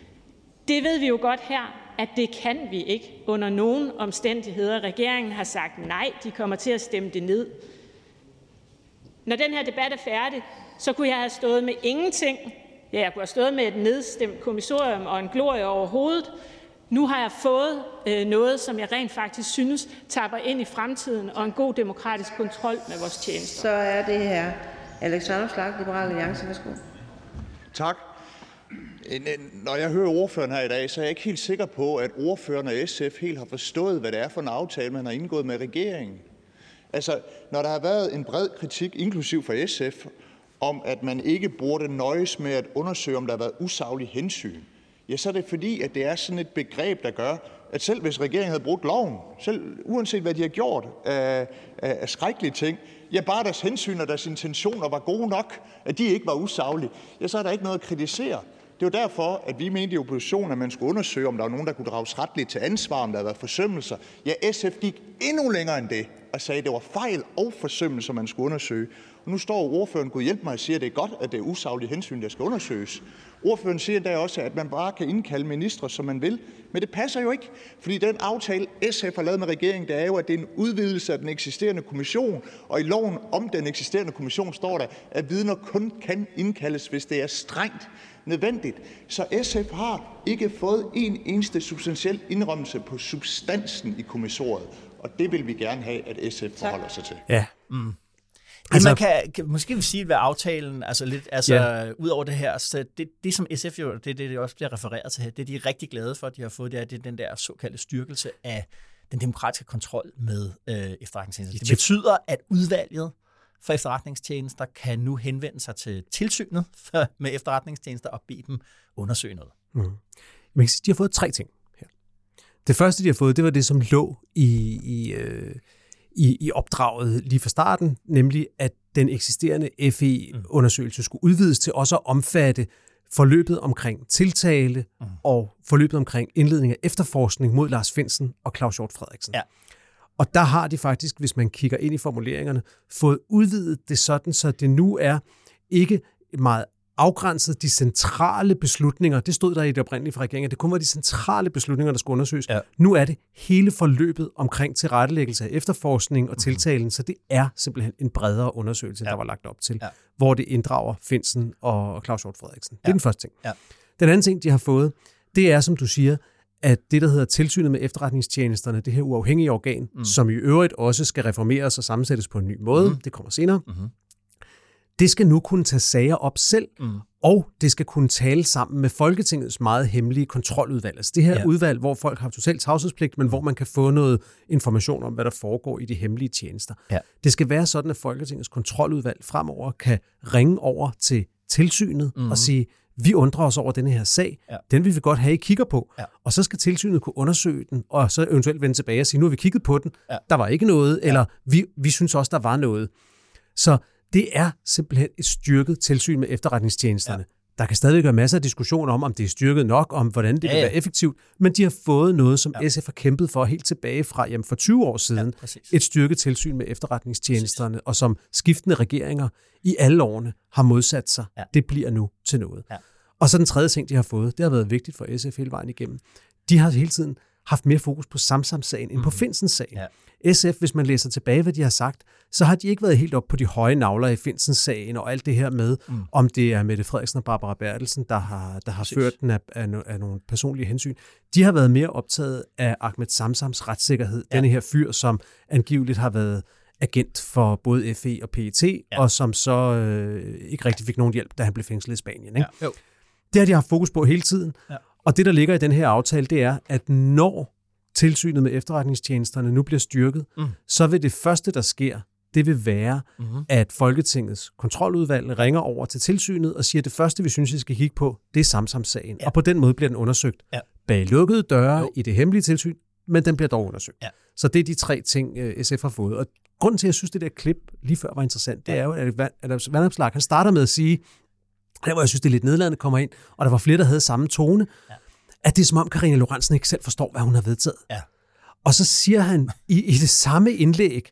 Det ved vi jo godt her, at det kan vi ikke under nogen omstændigheder. Regeringen har sagt nej, de kommer til at stemme det ned. Når den her debat er færdig, så kunne jeg have stået med ingenting. Ja, jeg kunne have stået med et nedstemt kommissorium og en glorie over hovedet. Nu har jeg fået noget, som jeg rent faktisk synes tapper ind i fremtiden og en god demokratisk kontrol med vores tjenester. Så er det her Alex Vanopslagh, Liberal Alliance. Værsgo. Tak. Når jeg hører ordføreren her i dag, så er jeg ikke helt sikker på, at ordføreren og SF helt har forstået, hvad det er for en aftale, man har indgået med regeringen. Altså, når der har været en bred kritik, inklusiv fra SF, om at man ikke burde nøjes med at undersøge, om der har været usaglige hensyn, ja, så er det fordi, at det er sådan et begreb, der gør, at selv hvis regeringen havde brugt loven, selv uanset hvad de har gjort af skrækkelige ting, ja, bare deres hensyn og deres intentioner var gode nok, at de ikke var usaglige, ja, så er der ikke noget at kritisere. Det er jo derfor, at vi mente i oppositionen, at man skulle undersøge, om der var nogen, der kunne drages retligt til ansvar, om der havde været forsømmelser. Ja, SF gik endnu længere end det. og sagde, at det var fejl og forsømmelser, man skulle undersøge. Og nu står ordføreren, Gud hjælp mig, og siger, at det er godt, at det er usaglige hensyn, der skal undersøges. Ordføreren siger endda også, at man bare kan indkalde ministre, som man vil. Men det passer jo ikke, fordi den aftale, SF har lavet med regeringen, det er jo, at det er en udvidelse af den eksisterende kommission. Og i loven om den eksisterende kommission står der, at vidner kun kan indkaldes, hvis det er strengt nødvendigt. Så SF har ikke fået en eneste substantiel indrømmelse på substansen i kommissoriet. Og det vil vi gerne have, at SF forholder sig til. Ja. Altså, man kan måske vil sige, hvad aftalen, ud over det her, så det som SF jo, det også bliver refereret til her, det de er rigtig glade for, at de har fået, det er den der såkaldte styrkelse af den demokratiske kontrol med efterretningstjenester. Det betyder, at udvalget for efterretningstjenester kan nu henvende sig til tilsynet med efterretningstjenester og bede dem undersøge noget. Man kan sige, de har fået 3 ting her. Det første, de har fået, det var det, som lå i opdraget lige fra starten, nemlig at den eksisterende FE-undersøgelse skulle udvides til også at omfatte forløbet omkring tiltale og forløbet omkring indledning af efterforskning mod Lars Findsen og Claus Hjort Frederiksen. Ja. Og der har de faktisk, hvis man kigger ind i formuleringerne, fået udvidet det sådan, så det nu er ikke meget afgrænset de centrale beslutninger. Det stod der i det oprindelige fra regeringen, at det kun var de centrale beslutninger, der skulle undersøges. Ja. Nu er det hele forløbet omkring tilrettelæggelse af efterforskning og tiltalen, så det er simpelthen en bredere undersøgelse, der var lagt op til, hvor det inddrager Findsen og Claus Hjort Frederiksen. Det er den første ting. Ja. Den anden ting, de har fået, det er, som du siger, at det, der hedder tilsynet med efterretningstjenesterne, det her uafhængige organ, som i øvrigt også skal reformeres og sammensættes på en ny måde, det kommer senere, det skal nu kunne tage sager op selv, og det skal kunne tale sammen med Folketingets meget hemmelige kontroludvalg. Altså det her udvalg, hvor folk har totalt tavshedspligt, men hvor man kan få noget information om, hvad der foregår i de hemmelige tjenester. Ja. Det skal være sådan, at Folketingets kontroludvalg fremover kan ringe over til tilsynet og sige, vi undrer os over denne her sag, den vil vi godt have, I kigger på. Ja. Og så skal tilsynet kunne undersøge den, og så eventuelt vende tilbage og sige, nu har vi kigget på den, der var ikke noget, eller vi synes også, der var noget. Så det er simpelthen et styrket tilsyn med efterretningstjenesterne. Ja. Der kan stadig være masser af diskussioner om det er styrket nok, om hvordan det vil være effektivt, men de har fået noget, som SF har kæmpet for helt tilbage fra for 20 år siden. Et styrket tilsyn med efterretningstjenesterne, og som skiftende regeringer i alle årene har modsat sig. Ja. Det bliver nu til noget. Ja. Og så den tredje ting, de har fået, det har været vigtigt for SF hele vejen igennem. De har hele tiden haft mere fokus på Samsam-sagen end på Findsens-sagen. Ja. SF, hvis man læser tilbage, hvad de har sagt, så har de ikke været helt op på de høje nagler i Findsens-sagen og alt det her med, om det er Mette Frederiksen og Barbara Bertelsen, der har ført den af nogle personlige hensyn. De har været mere optaget af Ahmed Samsams retssikkerhed. Denne her fyr, som angiveligt har været agent for både FE og PET, og som så ikke rigtig fik nogen hjælp, da han blev fængslet i Spanien. Ikke? Ja. Det har de haft fokus på hele tiden. Ja. Og det, der ligger i den her aftale, det er, at når tilsynet med efterretningstjenesterne nu bliver styrket, så vil det første, der sker, det vil være, at Folketingets kontroludvalg ringer over til tilsynet og siger, at det første, vi synes, vi skal kigge på, det er Samsam-sagen. Ja. Og på den måde bliver den undersøgt bag lukkede døre i det hemmelige tilsyn, men den bliver dog undersøgt. Ja. Så det er de 3 ting, SF har fået. Og grunden til, at jeg synes, det der klip lige før var interessant, det er jo, at Vanopslagh, han starter med at sige, der hvor jeg synes, det er lidt nedladende kommer ind, og der var flere, der havde samme tone, at det er som om Karina Lorentzen ikke selv forstår, hvad hun har vedtaget. Ja. Og så siger han, i det samme indlæg,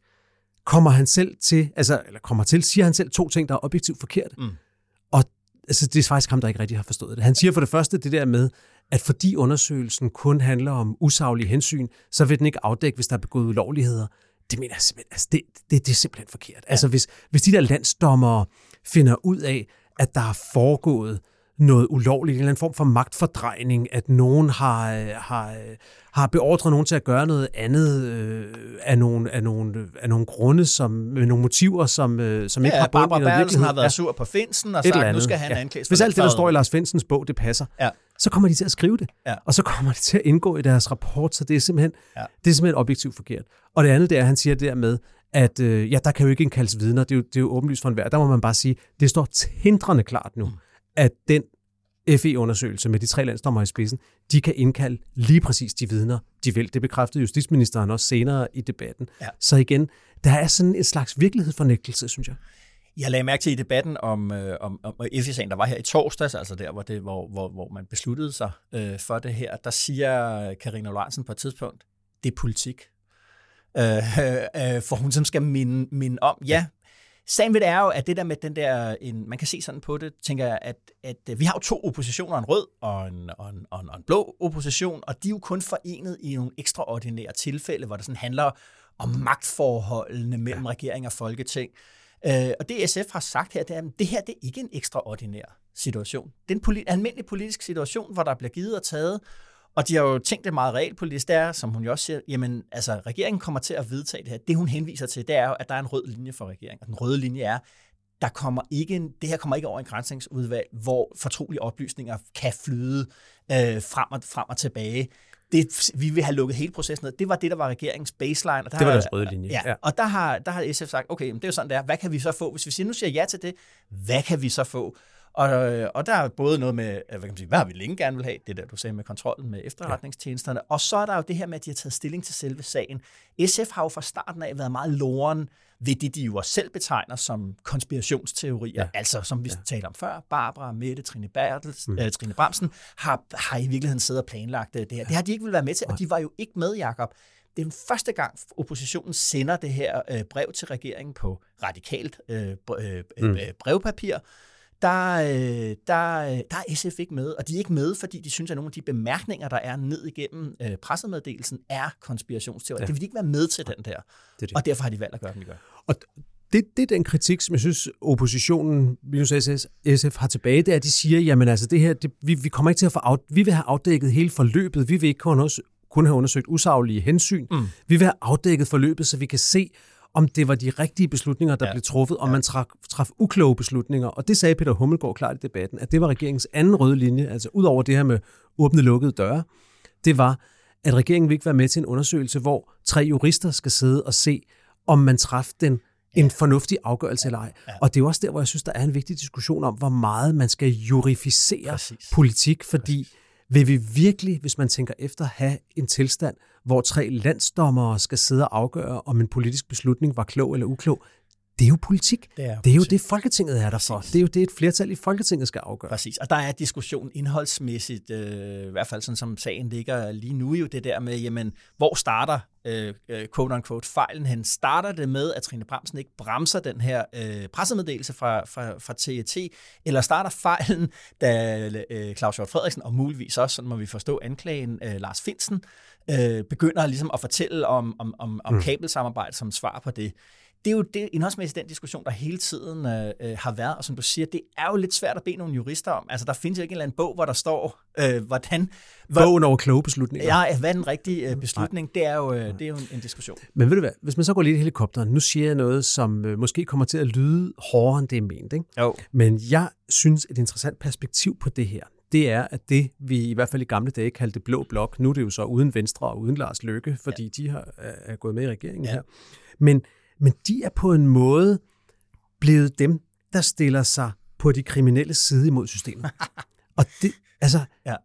siger han selv 2 ting, der er objektivt forkerte. Og altså, det er faktisk ham, der ikke rigtig har forstået det. Han siger for det første det der med, at fordi undersøgelsen kun handler om usaglige hensyn, så vil den ikke afdække, hvis der er begået ulovligheder. Det mener jeg simpelthen, altså det er simpelthen forkert. Ja. Altså hvis de der landsdommere finder ud af, at der har foregået noget ulovligt, en eller anden form for magtfordrejning, at nogen har beordret nogen til at gøre noget andet af nogle grunde, med nogle motiver, som ikke har bund i noget virkelighed. Barbara Bertelsen har været sur på Findsen og sagt, at nu skal han anklages for hvis alt det, der står i Lars Findsens bog, det passer, så kommer de til at skrive det. Ja. Og så kommer de til at indgå i deres rapport, så det er simpelthen objektivt forkert. Og det andet, det er, at han siger dermed, at der kan jo ikke indkaldes vidner, det er jo åbenlyst for enhver. Der må man bare sige, det står tindrende klart nu, at den FE-undersøgelse med de 3 landsdommere i spidsen, de kan indkalde lige præcis de vidner, de vil. Det bekræftede justitsministeren også senere i debatten. Ja. Så igen, der er sådan en slags virkelighedsfornægtelse, synes jeg. Jeg lagde mærke til i debatten om FE-sagen, der var her i torsdags, altså der, hvor man besluttede sig for det her, der siger Karina Lorentzen på et tidspunkt, det er politik. for hun som skal minde om. Ja, sagen ved det er jo, at det der med den der, man kan se sådan på det, tænker jeg, at vi har jo 2 oppositioner, en rød og en blå opposition, og de er jo kun forenet i nogle ekstraordinære tilfælde, hvor det sådan handler om magtforholdene mellem regering og folketing. Og det SF har sagt her, det er, at det her det er ikke en ekstraordinær situation. Det er en almindelig politisk situation, hvor der bliver givet og taget, og de har jo tænkt det meget realpolitisk, det er, som hun jo også siger, jamen, altså, regeringen kommer til at vedtage det her. Det, hun henviser til, det er jo, at der er en rød linje for regeringen. Og den røde linje er, det her kommer ikke over en granskningsudvalg, hvor fortrolige oplysninger kan flyde frem og tilbage. Vi vil have lukket hele processen ned. Det var det, der var regeringens baseline. Og det var deres røde linje. Ja. Og der har SF sagt, okay, det er jo sådan, det er. Hvad kan vi så få? Hvis vi siger, nu siger ja til det, hvad kan vi så få? Og der er både noget med, hvad har vi længe gerne vil have, det der, du sagde med kontrollen med efterretningstjenesterne, og så er der jo det her med, at de har taget stilling til selve sagen. SF har jo fra starten af været meget loren ved det, de jo selv betegner som konspirationsteorier, altså som vi talte om før, Barbara, Mette, Trine Bramsen, har i virkeligheden siddet og planlagt det her. Det har de ikke vil være med til, og de var jo ikke med, Jakob. Det er den første gang, oppositionen sender det her brev til regeringen på radikalt brevpapir. Der er SF ikke med, og de er ikke med, fordi de synes, at nogle af de bemærkninger, der er ned igennem pressemeddelelsen, er konspirationsteorier. Det vil de ikke være med til, den der. Det. Og derfor har de valgt at gøre, som de gør. Og det er den kritik, som jeg synes, oppositionen, minus SF, har tilbage, det er, at de siger, jamen altså det her, vi kommer ikke til at vi vil have afdækket hele forløbet, vi vil ikke kun have undersøgt usaglige hensyn, vi vil have afdækket forløbet, så vi kan se, om det var de rigtige beslutninger, der blev truffet, om man traf ukloge beslutninger. Og det sagde Peter Hummelgaard klart i debatten, at det var regeringens anden røde linje, altså ud over det her med åbne lukkede døre, det var, at regeringen vil ikke være med til en undersøgelse, hvor 3 jurister skal sidde og se, om man traf en fornuftig afgørelse eller ej. Og det er også der, hvor jeg synes, der er en vigtig diskussion om, hvor meget man skal jurificere politik, fordi vil vi virkelig, hvis man tænker efter, have en tilstand, hvor 3 landsdommere skal sidde og afgøre, om en politisk beslutning var klog eller uklog? Det er jo politik. Det er jo det, Folketinget er der for. Det er jo det, et flertal i Folketinget skal afgøre. Præcis. Og der er diskussion indholdsmæssigt, i hvert fald sådan som sagen ligger lige nu, jo det der med, jamen, hvor starter quote-unquote fejlen hen? Starter det med, at Trine Bramsen ikke bremser den her pressemeddelelse fra TET, eller starter fejlen, da Claus Hjort Frederiksen, og muligvis også, sådan må vi forstå anklagen, Lars Findsen, begynder ligesom at fortælle om kabelsamarbejde som svar på det? Det er jo det indholdsmæssigt den diskussion, der hele tiden har været, og som du siger, det er jo lidt svært at bede nogle jurister om. Altså, der findes jo ikke en eller anden bog, hvor der står, bogen over kloge beslutninger. Ja, hvad er den rigtige beslutning? Det er jo en diskussion. Men ved du hvad, hvis man så går lidt i helikopteren, nu siger jeg noget, som måske kommer til at lyde hårdere, end det er ment, ikke? Jo. Men jeg synes, et interessant perspektiv på det her, det er, at det, vi i hvert fald i gamle dage kaldte blå blok, nu er det jo så uden Venstre og uden Lars Løkke, fordi de er gået med i regeringen her. Men de er på en måde blevet dem, der stiller sig på de kriminelle side imod systemet. Og det, altså,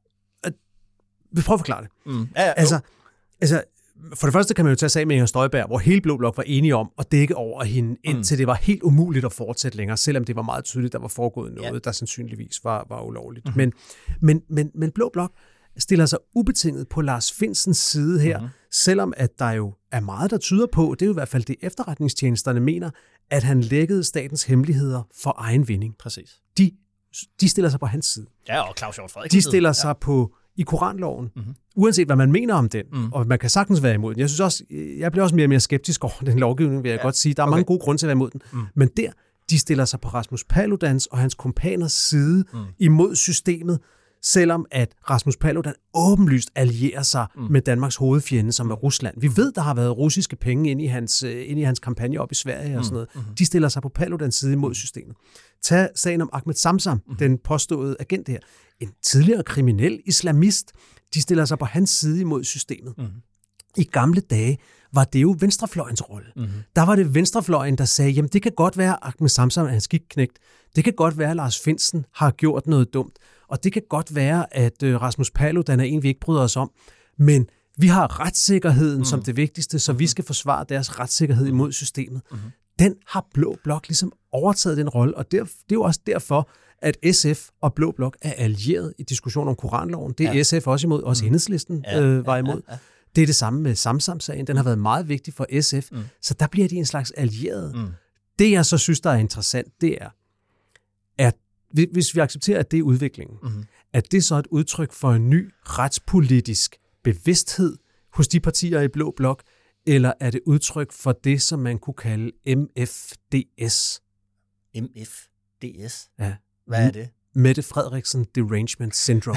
vi prøver at forklare det. Altså, for det første kan man jo tage sag med Inger Støjberg, hvor hele Blå Blok var enige om at dække over hende, indtil det var helt umuligt at fortsætte længere, selvom det var meget tydeligt, der var foregået noget, der sandsynligvis var ulovligt. Men Blå Blok stiller sig ubetinget på Lars Findsens side her, selvom at der jo er meget, der tyder på, det er jo i hvert fald det efterretningstjenesterne mener, at han lækkede statens hemmeligheder for egen vinding. Præcis. De stiller sig på hans side. Ja, og Claus Hjort Frederiksen. De stiller sig i Koranloven, uanset hvad man mener om den, og man kan sagtens være imod den. Jeg bliver også mere og mere skeptisk over den lovgivning, vil jeg godt sige. Der er mange gode grunde til at være imod den. Men de stiller sig på Rasmus Paludans og hans kompaners side imod systemet, selvom at Rasmus Paludan åbenlyst allierer sig med Danmarks hovedfjende, som er Rusland. Vi ved, der har været russiske penge inde i hans kampagne op i Sverige og sådan noget. De stiller sig på Paludans side imod systemet. Tag sagen om Ahmed Samsam, den påståede agent her. En tidligere kriminel islamist. De stiller sig på hans side imod systemet. I gamle dage var det jo venstrefløjens rolle. Der var det venstrefløjen, der sagde, jamen det kan godt være, at Ahmed Samsam er en skikknægt. Det kan godt være, at Lars Findsen har gjort noget dumt. Og det kan godt være, at Rasmus Paludan er en, vi ikke bryder os om. Men vi har retssikkerheden som det vigtigste, så vi skal forsvare deres retssikkerhed imod systemet. Den har Blå Blok ligesom overtaget den rolle, og det er jo også derfor, at SF og Blå Blok er allieret i diskussionen om Koranloven. Det er SF også imod, også Enhedslisten var imod. Det er det samme med Samsam-sagen. Den har været meget vigtig for SF, så der bliver de en slags allierede. Det, jeg så synes, der er interessant, det er, at hvis vi accepterer, at det er udviklingen, at det så er et udtryk for en ny retspolitisk bevidsthed hos de partier i Blå Blok, eller er det udtryk for det, som man kunne kalde MFDS? MFDS? Ja. Hvad er det? Mette Frederiksen Derangement Syndrome.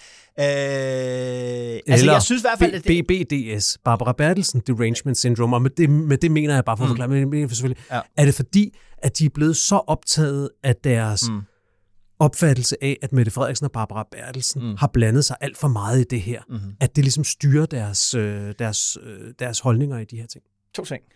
Altså, jeg synes i hvert fald, at det... BBDS, Barbara Bertelsen Derangement Syndrome, og med det mener jeg bare for at forklare, men selvfølgelig, er det fordi, at de er blevet så optaget af deres opfattelse af, at Mette Frederiksen og Barbara Bertelsen har blandet sig alt for meget i det her, at det ligesom styrer deres holdninger i de her ting? 2 ting.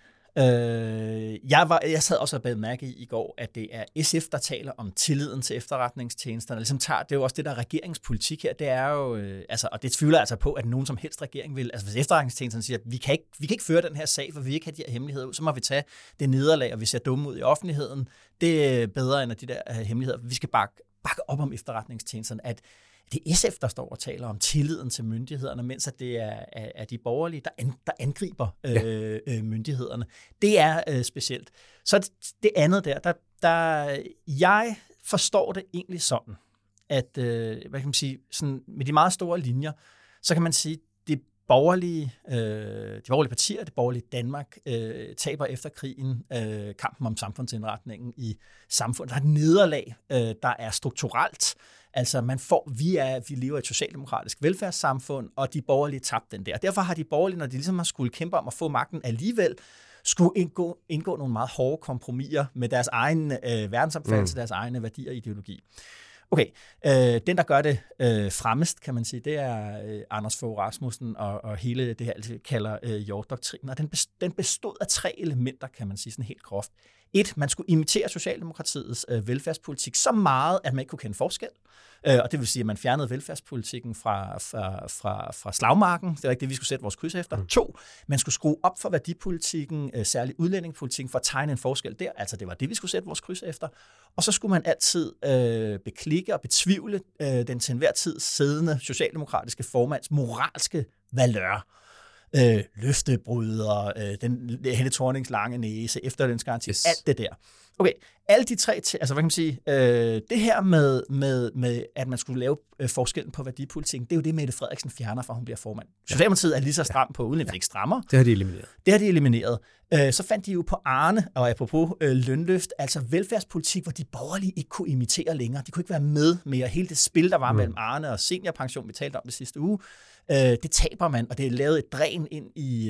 Jeg sad også og bad mærke i går, at det er SF, der taler om tilliden til efterretningstjenesterne. Ligesom det er jo også det, der er regeringspolitik her. Det er jo, og det tvivler altså på, at nogen som helst regering vil. Altså hvis efterretningstjenesterne siger, at vi kan ikke føre den her sag, for vi vil ikke have de her hemmeligheder ud, så må vi tage det nederlag, og vi ser dumme ud i offentligheden. Det er bedre end de der hemmeligheder. Vi skal bakke op om efterretningstjenesterne, at det er SF, der står og taler om tilliden til myndighederne, mens at det er de borgerlige, der angriber myndighederne. Det er specielt. Så det andet der jeg forstår det egentlig sådan, at hvad kan man sige, sådan med de meget store linjer, så kan man sige, de borgerlige partier, det borgerlige Danmark, taber efter krigen kampen om samfundsindretningen i samfundet. Der er et nederlag, der er strukturelt. Altså vi lever i et socialdemokratisk velfærdssamfund, og de borgerlige tabte den der. Derfor har de borgerlige, når de ligesom har skulle kæmpe om at få magten alligevel, skulle indgå nogle meget hårde kompromiser med deres egen verdensopfattelse, deres egne værdier og ideologi. Okay, den der gør det fremmest, kan man sige, det er Anders Fogh Rasmussen og hele det her, altså kalder Hjort-doktrinen. Og den bestod af 3 elementer, kan man sige sådan helt groft. 1, man skulle imitere Socialdemokratiets velfærdspolitik så meget, at man ikke kunne kende forskel. Og det vil sige, at man fjernede velfærdspolitikken fra slagmarken. Det var ikke det, vi skulle sætte vores kryds efter. 2, man skulle skrue op for værdipolitikken, særligt udlændingepolitikken, for at tegne en forskel der. Altså det var det, vi skulle sætte vores kryds efter. Og så skulle man altid beklikke og betvivle den til enhver tid siddende socialdemokratiske formands moralske valør. Løftebryder, Helle Thornings lange næse, efterlønsgaranti, alt det der. Okay, alle de 3, altså hvad kan man sige, det her med at man skulle lave forskellen på værdipolitikken, det er jo det, Mette Frederiksen fjerner, fra hun bliver formand. Socialdemokratiet er lige så stram på, uden at det ikke strammer. Det har de elimineret. Så fandt de jo på Arne, og apropos lønløft, altså velfærdspolitik, hvor de borgerlige ikke kunne imitere længere. De kunne ikke være med mere. Hele det spil, der var mellem Arne og seniorpension, vi talte om det sidste uge, det taber man, og det er lavet et dræn ind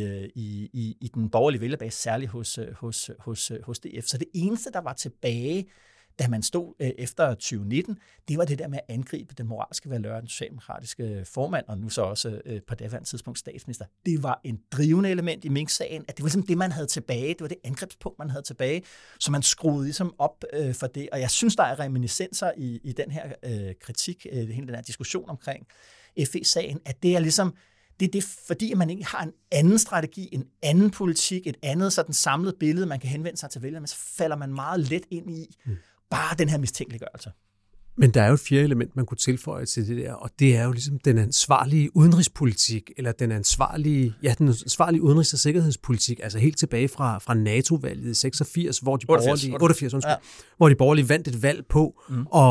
i den borgerlige vælgerbase, særligt hos DF. Så det eneste, der var tilbage, da man stod efter 2019, det var det der med at angribe den moralske valør af den socialdemokratiske formand, og nu så også på daværende tidspunkt statsminister. Det var en drivende element i Mink-sagen, at det var ligesom det, man havde tilbage. Det var det angrebspunkt, man havde tilbage, så man skruede ligesom op for det. Og jeg synes, der er reminiscenser i den her kritik, hele den her diskussion omkring FE-sagen, at det er ligesom, det er fordi, at man ikke har en anden strategi, en anden politik, et andet sådan samlet billede, man kan henvende sig til vælgerne, så falder man meget let ind i bare den her mistænkeliggørelse. Men der er jo et 4. element, man kunne tilføje til det der, og det er jo ligesom den ansvarlige udenrigspolitik, eller den ansvarlige udenrigs- og sikkerhedspolitik, altså helt tilbage fra NATO-valget i 86, hvor de borgerlige vandt et valg på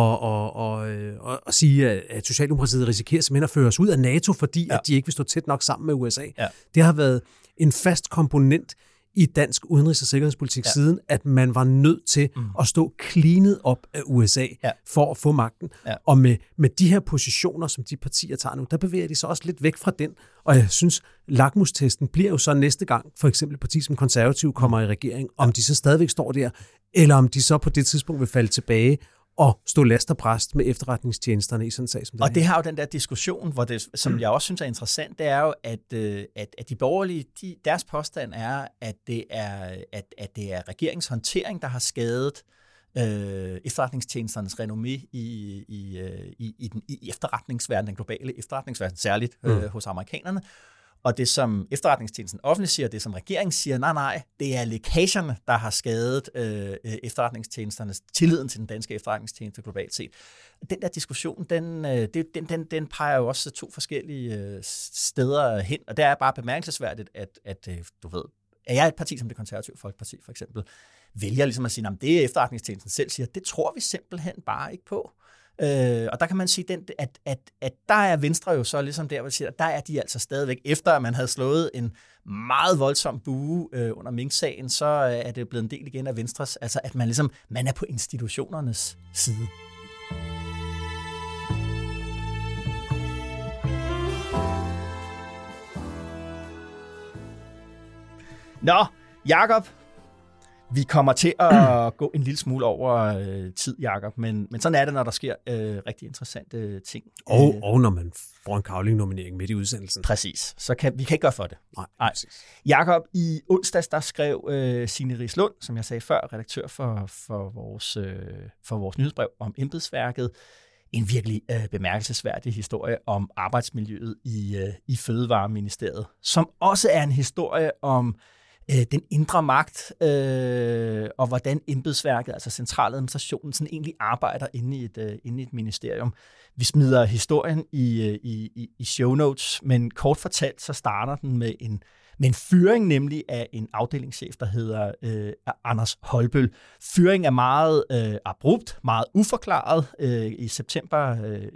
og sige, at Socialdemokratiet risikerer simpelthen at føre os ud af NATO, fordi at de ikke vil stå tæt nok sammen med USA. Ja. Det har været en fast komponent i dansk udenrigs- og sikkerhedspolitik siden, at man var nødt til at stå cleanet op af USA for at få magten. Ja. Og med de her positioner, som de partier tager nu, der bevæger de sig også lidt væk fra den. Og jeg synes, lakmustesten bliver jo så næste gang, for eksempel et parti som Konservativ kommer i regering, om de så stadigvæk står der, eller om de så på det tidspunkt vil falde tilbage og stå last og bræst med efterretningstjenesterne i sådan en sag som den. Og det har jo den der diskussion, hvor det, som jeg også synes er interessant, det er jo, at de borgerlige, deres påstand er, at det er regeringens håndtering, der har skadet efterretningstjenesternes renommé i efterretningsverdenen, den globale efterretningsverden, særligt hos amerikanerne. Og det, som efterretningstjenesten offentligt siger, det, som regeringen siger, nej, det er lækagerne, der har skadet efterretningstjenesternes tilliden til den danske efterretningstjeneste globalt set. Den der diskussion, den peger jo også 2 forskellige steder hen, og det er bare bemærkelsesværdigt, at du ved, er jeg et parti som Det Konservative Folkeparti for eksempel, vælger ligesom at sige, at det efterretningstjenesten selv siger, det tror vi simpelthen bare ikke på. Og der kan man sige, at der er Venstre jo så ligesom der, hvor siger, der er de altså stadigvæk, efter at man havde slået en meget voldsom bue under Mink-sagen, så er det blevet en del igen af Venstres, altså at man er på institutionernes side. Nå, Jakob, vi kommer til at gå en lille smule over tid, Jakob, men sådan er det, når der sker rigtig interessante ting. Og når man får en Cavling-nominering midt i udsendelsen. Præcis, så vi kan ikke gøre for det. Nej. Jakob, i onsdags, der skrev Signe Riislund, som jeg sagde før, redaktør for vores nyhedsbrev om embedsværket, en virkelig bemærkelsesværdig historie om arbejdsmiljøet i Fødevareministeriet, som også er en historie om den indre magt, og hvordan embedsværket, altså centraladministrationen, sådan egentlig arbejder inde i et ministerium. Vi smider historien i show notes, men kort fortalt, så starter den med en fyring, nemlig af en afdelingschef, der hedder Anders Holbøl. Fyring er meget abrupt, meget uforklaret i september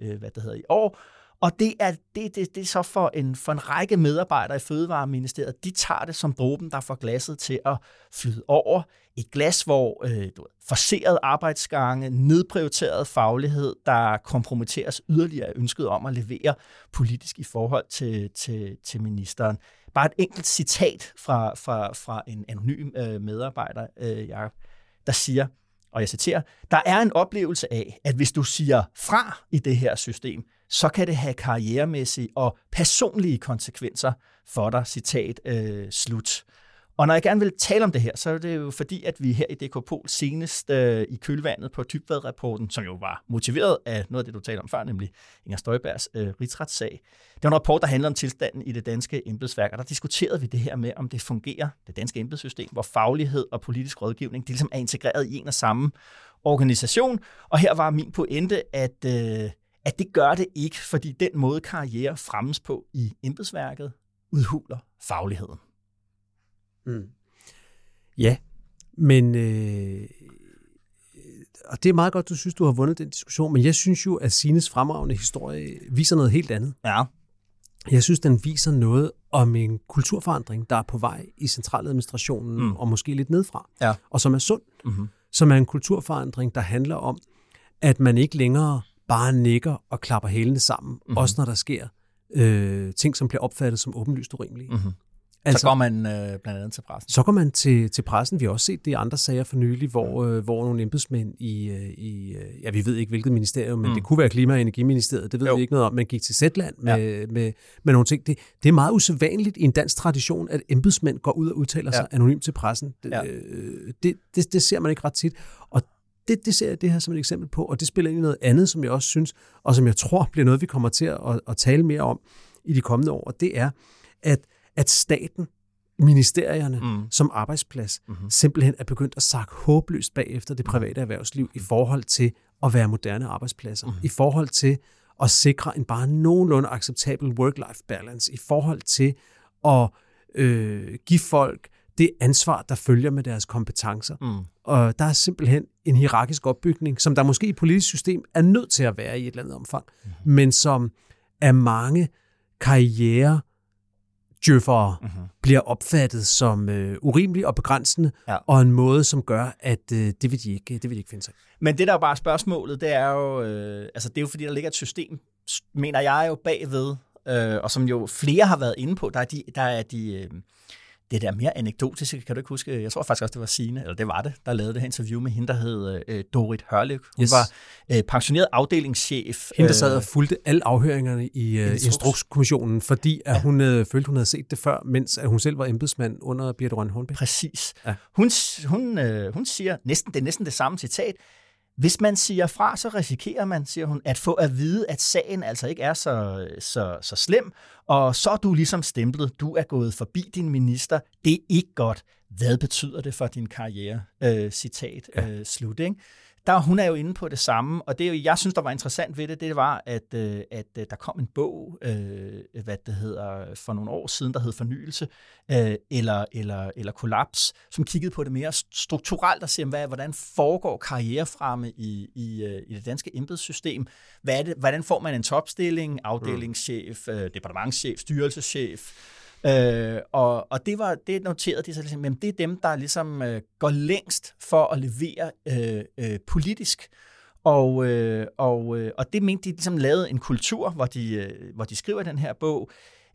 i år. Og det er så for en række medarbejdere i Fødevareministeriet, de tager det som dråben, der får glasset til at flyde over. Et glas, hvor forceret arbejdsgange, nedprioriteret faglighed, der kompromitteres yderligere af ønsket om at levere politisk i forhold til ministeren. Bare et enkelt citat fra en anonym medarbejder, Jacob, der siger, og jeg citerer, der er en oplevelse af, at hvis du siger fra i det her system, så kan det have karrieremæssige og personlige konsekvenser for dig, citat, slut. Og når jeg gerne vil tale om det her, så er det jo fordi, at vi her i DK Pol senest i kølvandet på Dybvad-rapporten, som jo var motiveret af noget af det, du talte om før, nemlig Inger Støjbergs rigsretssag. Det var en rapport, der handler om tilstanden i det danske embedsværk, og der diskuterede vi det her med, om det fungerer, det danske embedssystem, hvor faglighed og politisk rådgivning, det ligesom er integreret i en og samme organisation. Og her var min pointe, at det gør det ikke, fordi den måde karriere fremmes på i embedsværket udhuler fagligheden. Mm. Ja, men og det er meget godt, du synes, du har vundet den diskussion, men jeg synes jo, at Signes fremragende historie viser noget helt andet. Ja. Jeg synes, den viser noget om en kulturforandring, der er på vej i centraladministrationen, og måske lidt nedfra, og som er sund. Mm-hmm. Som er en kulturforandring, der handler om, at man ikke længere bare nikker og klapper hælene sammen, også når der sker ting, som bliver opfattet som åbenlyst urimelige. Mm-hmm. Altså, så går man blandt andet til pressen? Så går man til pressen. Vi har også set det i andre sager for nylig, hvor nogle embedsmænd ja, vi ved ikke hvilket ministerium, men det kunne være Klima- og Energiministeriet, det ved vi ikke noget om, man gik til Zetland med nogle ting. Det er meget usædvanligt i en dansk tradition, at embedsmænd går ud og udtaler sig anonymt til pressen. Det ser man ikke ret tit. Og det ser jeg det her som et eksempel på, og det spiller ind i noget andet, som jeg også synes, og som jeg tror bliver noget, vi kommer til at tale mere om i de kommende år, og det er, at staten, ministerierne som arbejdsplads, simpelthen er begyndt at sakke håbløst bagefter det private erhvervsliv i forhold til at være moderne arbejdspladser, i forhold til at sikre en bare nogenlunde acceptabel work-life balance, i forhold til at give folk det ansvar, der følger med deres kompetencer. Og der er simpelthen en hierarkisk opbygning, som der måske i et politisk system er nødt til at være i et eller andet omfang, men som af mange karriere djøffere bliver opfattet som urimelig og begrænsende, og en måde, som gør, at det vil de ikke finde sig. Men det der er bare spørgsmålet, det er jo, altså det er jo fordi, der ligger et system, mener jeg jo bagved, og som jo flere har været inde på, der er det der mere anekdotiske, kan du ikke huske, jeg tror faktisk også, det var Signe, eller det var det, der lavede det her interview med hende, der hed Dorit Hørlyk. Hun var pensioneret afdelingschef. Hende, der sad og fulgte alle afhøringerne i Instrukskommissionen, fordi at hun følte, hun havde set det før, mens at hun selv var embedsmand under Birthe Rønn Hornbech. Præcis. Ja. Hun siger, det er næsten det samme citat, Hvis man siger fra, så risikerer man, siger hun, at få at vide, at sagen altså ikke er så slem, og så er du ligesom stemplet, du er gået forbi din minister, det er ikke godt. Hvad betyder det for din karriere? Citat, slut, ikke? Hun er jo inde på det samme, og det, jeg synes, der var interessant ved det, det var, at der kom en bog, for nogle år siden, der hed Fornyelse, eller Kollaps, som kiggede på det mere strukturelt og siger, hvordan foregår karrierefremme i det danske embedssystem? Hvordan får man en topstilling, afdelingschef, departementschef, styrelseschef? Og det noterede de sig ligesom, men det er dem, der ligesom går længst for at levere politisk. Og det mente de ligesom lavede en kultur, hvor de skriver den her bog,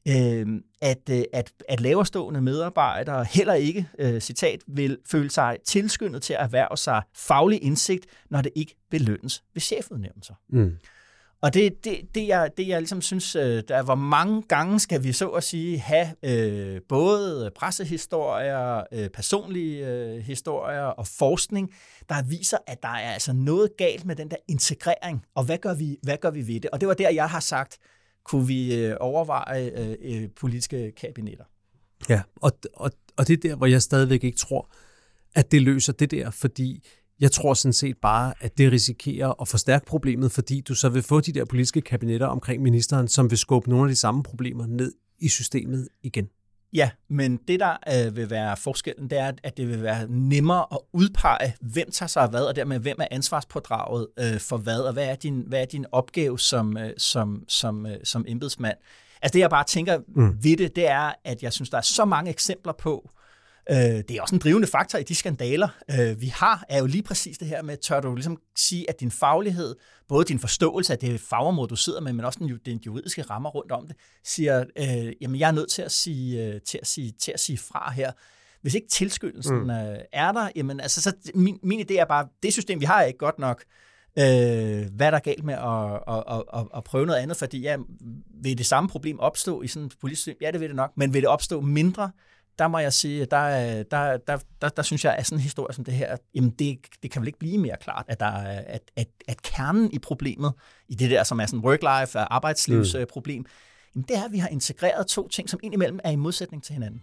at laverstående medarbejdere heller ikke, citat, vil føle sig tilskyndet til at erhverve sig faglig indsigt, når det ikke belønnes ved chefudnævnelser. Og det jeg ligesom synes, hvor mange gange skal vi så at sige have både pressehistorier, personlige historier og forskning, der viser, at der er altså noget galt med den der integrering, og hvad gør vi ved det? Og det var der, jeg har sagt, kunne vi overveje politiske kabinetter. Ja, og det er der, hvor jeg stadigvæk ikke tror, at det løser det der, fordi jeg tror sådan set bare, at det risikerer at forstærke problemet, fordi du så vil få de der politiske kabinetter omkring ministeren, som vil skubbe nogle af de samme problemer ned i systemet igen. Ja, men det der vil være forskellen, det er, at det vil være nemmere at udpege, hvem tager sig af hvad, og dermed hvem er ansvarspådraget for hvad, og hvad er din opgave som embedsmand. Altså det, jeg bare tænker ved det er, at jeg synes, der er så mange eksempler på. Det er også en drivende faktor i de skandaler, vi har, er jo lige præcis det her med, tør du ligesom sige, at din faglighed, både din forståelse af det fagområde, du sidder med, men også den juridiske rammer rundt om det, siger, jamen jeg er nødt til at sige fra her. Hvis ikke tilskyndelsen er der, jamen altså, så min idé er bare, det system, vi har, er ikke godt nok. Hvad er der galt med at prøve noget andet? Fordi vil det samme problem opstå i sådan et politisk system? Ja, det vil det nok, men vil det opstå mindre? Der må jeg sige, der synes jeg, at sådan en historie som det her, jamen det kan vel ikke blive mere klart, at kernen i problemet, i det der, som er sådan work-life, arbejdslivsproblem, jamen det er, at vi har integreret to ting, som indimellem er i modsætning til hinanden.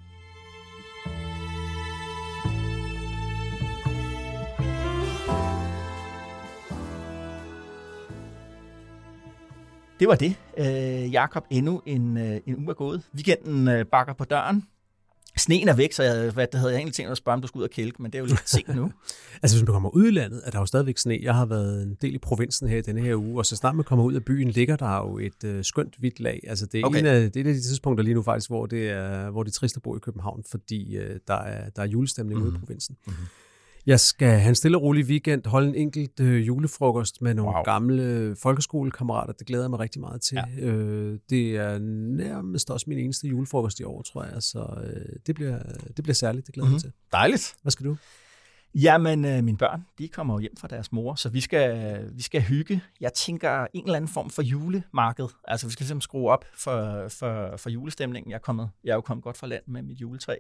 Det var det, Jakob. Endnu en uge er gået. Weekenden bakker på døren. Sneen er væk, så jeg havde egentlig tænkt at spørge, om du skulle ud og kælke, men det er jo lidt sent nu. Altså, hvis man kommer ud i landet, er der jo stadigvæk sne. Jeg har været en del i provinsen her i denne her uge, og så snart man kommer ud af byen, ligger der jo et skønt hvidt lag. Altså, det er et af de tidspunkter lige nu faktisk, hvor det er trist at bo i København, fordi der er julestemning ude i provinsen. Mm-hmm. Jeg skal have en stille og rolig weekend, holde en enkelt julefrokost med nogle gamle folkeskolekammerater. Det glæder jeg mig rigtig meget til. Ja. Det er nærmest også min eneste julefrokost i år, tror jeg. Så det bliver særligt, det glæder jeg mig til. Dejligt. Hvad skal du? Jamen, mine børn, de kommer jo hjem fra deres mor, så vi skal hygge. Jeg tænker en eller anden form for julemarked. Altså, vi skal simpelthen skrue op for julestemningen. Jeg er jo kommet godt fra land med mit juletræ.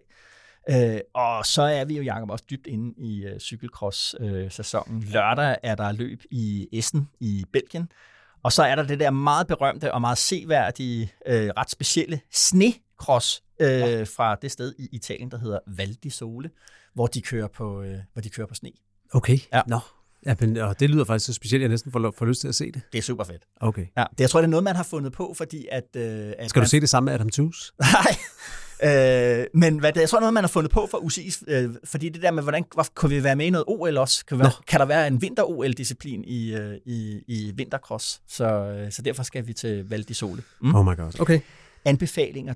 Og så er vi jo, Jacob, også dybt inde i cykelcross-sæsonen. Lørdag er der løb i Essen i Belgien, og så er der det der meget berømte og meget seværdige, ret specielle snecross fra det sted i Italien, der hedder Val di Sole, hvor de kører på sne. Okay, nå. Ja, men, det lyder faktisk så specielt, jeg næsten får lyst til at se det. Det er super fedt. Okay. Ja, jeg tror, det er noget, man har fundet på, fordi at skal du se det samme med Adam Tooze? Nej. Men jeg tror noget, man har fundet på for UCI's, fordi det der med, hvordan kan vi være med i noget OL også? Kan der være en vinter-OL-disciplin i vintercross? Så derfor skal vi til Val di Sole. Oh my god, okay. Anbefalinger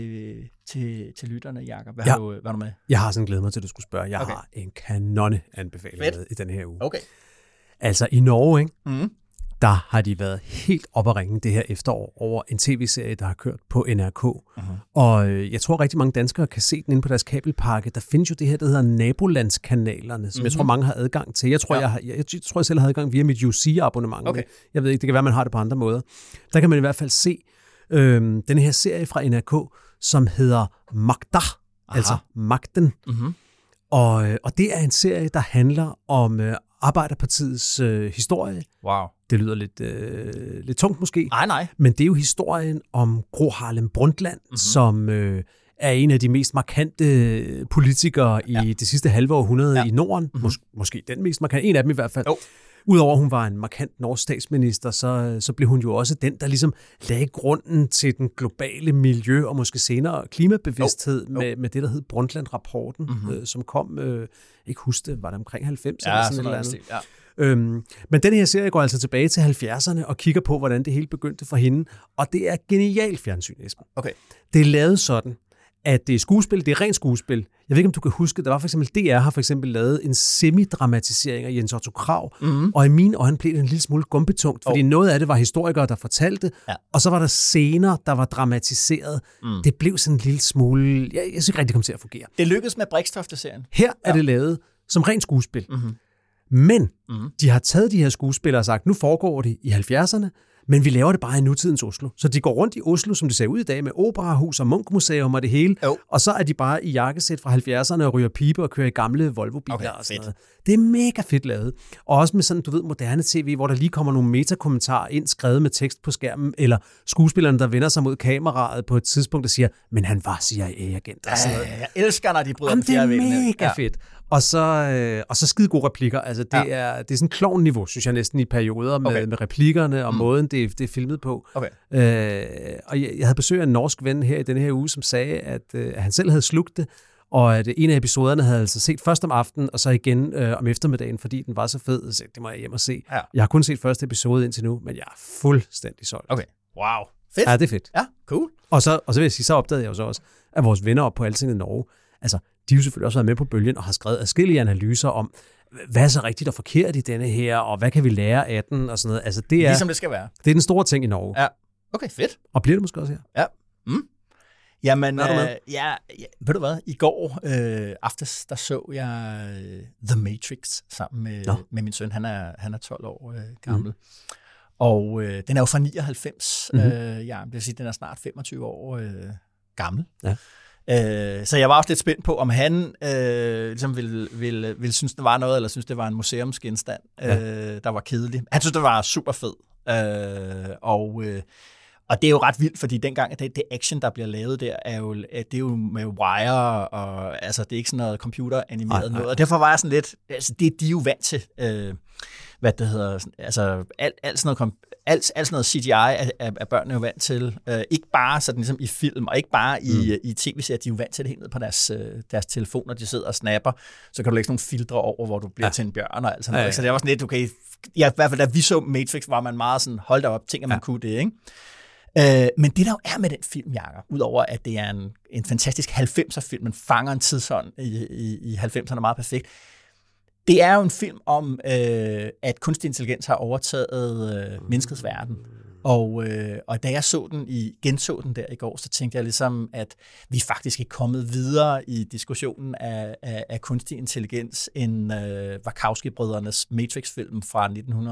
til lytterne, Jacob. Hvad har du med? Jeg har sådan glædet mig til, at du skulle spørge. Jeg har en kanone-anbefaling med i den her uge. Okay. Altså i Norge, ikke? Der har de været helt op at ringe det her efterår over en tv-serie, der har kørt på NRK. Og jeg tror, rigtig mange danskere kan se den inde på deres kabelpakke. Der findes jo det her, der hedder Nabolandskanalerne, som jeg tror, mange har adgang til. Jeg tror, jeg selv har adgang via mit UC-abonnement. Okay. Jeg ved ikke, det kan være, man har det på andre måder. Der kan man i hvert fald se den her serie fra NRK, som hedder Magda, altså Magten. Og det er en serie, der handler om Arbejderpartiets historie. Wow. Det lyder lidt tungt måske. Nej. Men det er jo historien om Gro Harlem Brundtland, som er en af de mest markante politikere i det sidste halve århundrede i Norden. Måske den mest markante. En af dem i hvert fald. Udover at hun var en markant norsk statsminister, så blev hun jo også den, der ligesom lagde grunden til den globale miljø- og måske senere klimabevidsthed med det, der hed Brundtland-rapporten, som kom, ikke huske det, var det omkring 90 eller sådan et eller andet. Men den her serie går altså tilbage til 70'erne og kigger på, hvordan det hele begyndte for hende. Og det er genialt fjernsyn, Esben. Okay. Det er lavet sådan, at det er skuespil, det er rent skuespil. Jeg ved ikke, om du kan huske, der var for eksempel DR har for eksempel lavet en semi-dramatisering af Jens Otto Krag, og i mine øjne blev det en lille smule gumpetungt, fordi noget af det var historikere, der fortalte, og så var der scener, der var dramatiseret. Det blev sådan en lille smule, jeg synes ikke rigtig, det kom til at fungere. Det lykkedes med Brixtofte-serien. Her er det lavet som rent skuespil. Men de har taget de her skuespillere og sagt, nu foregår det i 70'erne, men vi laver det bare i nutidens Oslo. Så de går rundt i Oslo, som det ser ud i dag, med operahus og Munch-museum og det hele. Og så er de bare i jakkesæt fra 70'erne og ryger pibe og kører i gamle Volvo-biler og sådan noget. Det er mega fedt lavet. Og også med sådan, du ved, moderne tv, hvor der lige kommer nogle metakommentarer ind, skrevet med tekst på skærmen, eller skuespillerne, der vender sig mod kameraet på et tidspunkt og siger, men han var CIA-agent. Jeg elsker, når de bryder det er mega fedt. Og så skide gode replikker. Altså, det er sådan klovn-niveau, synes jeg næsten i perioder, med replikkerne og måden, det er filmet på. Okay. Og jeg havde besøg af en norsk ven her i denne her uge, som sagde, at han selv havde slugt det, og at en af episoderne havde altså set først om aftenen, og så igen om eftermiddagen, fordi den var så fed. Så det må jeg hjem og se. Ja. Jeg har kun set første episode indtil nu, men jeg er fuldstændig solgt. Okay. Wow. Fedt. Ja, det er fedt. Ja, cool. Og så vil jeg sige, så opdagede jeg jo så også, at vores venner op på Altinget Norge, altså, de har jo selvfølgelig også været med på bølgen og har skrevet adskillige analyser om, hvad er så rigtigt og forkert i denne her, og hvad kan vi lære af den, og sådan noget. Altså, det er, ligesom det skal være. Det er den store ting i Norge. Ja. Okay, fedt. Og bliver det måske også her? Ja. Jamen, ved du hvad? I går aftes, der så jeg The Matrix sammen med min søn. Han er 12 år gammel. Og den er jo fra 99. Det vil sige, den er snart 25 år gammel. Ja. Så jeg var også lidt spændt på, om han ligesom ville synes, det var noget, eller synes, det var en museumsgenstand, der var kedelig. Han synes, det var super fed. Og det er jo ret vildt, fordi dengang, det action, der bliver lavet der, det er jo med wire, og altså, det er ikke sådan noget computeranimeret noget. Og derfor var jeg sådan lidt, altså, de er jo vant til, hvad det hedder, altså, alt sådan noget CGI er børnene jo vant til. Ikke bare sådan ligesom i film, og ikke bare i tv-serier, de er jo vant til det helt ned på deres telefoner, de sidder og snapper, så kan du lægge sådan nogle filtre over, hvor du bliver til en bjørn og alt sådan noget. Så det var sådan lidt, okay, i hvert fald da vi så Matrix, var man meget sådan, hold da op, tænker man kunne det, ikke? Men det der jo er med den film, Jakob, udover at det er en fantastisk 90'er-film, man fanger en tidsånd i 90'erne meget perfekt, det er jo en film om, at kunstig intelligens har overtaget menneskets verden. Og da jeg genså den der i går, så tænkte jeg ligesom, at vi faktisk er kommet videre i diskussionen af kunstig intelligens, end Wachowski-brødrenes Matrix-film fra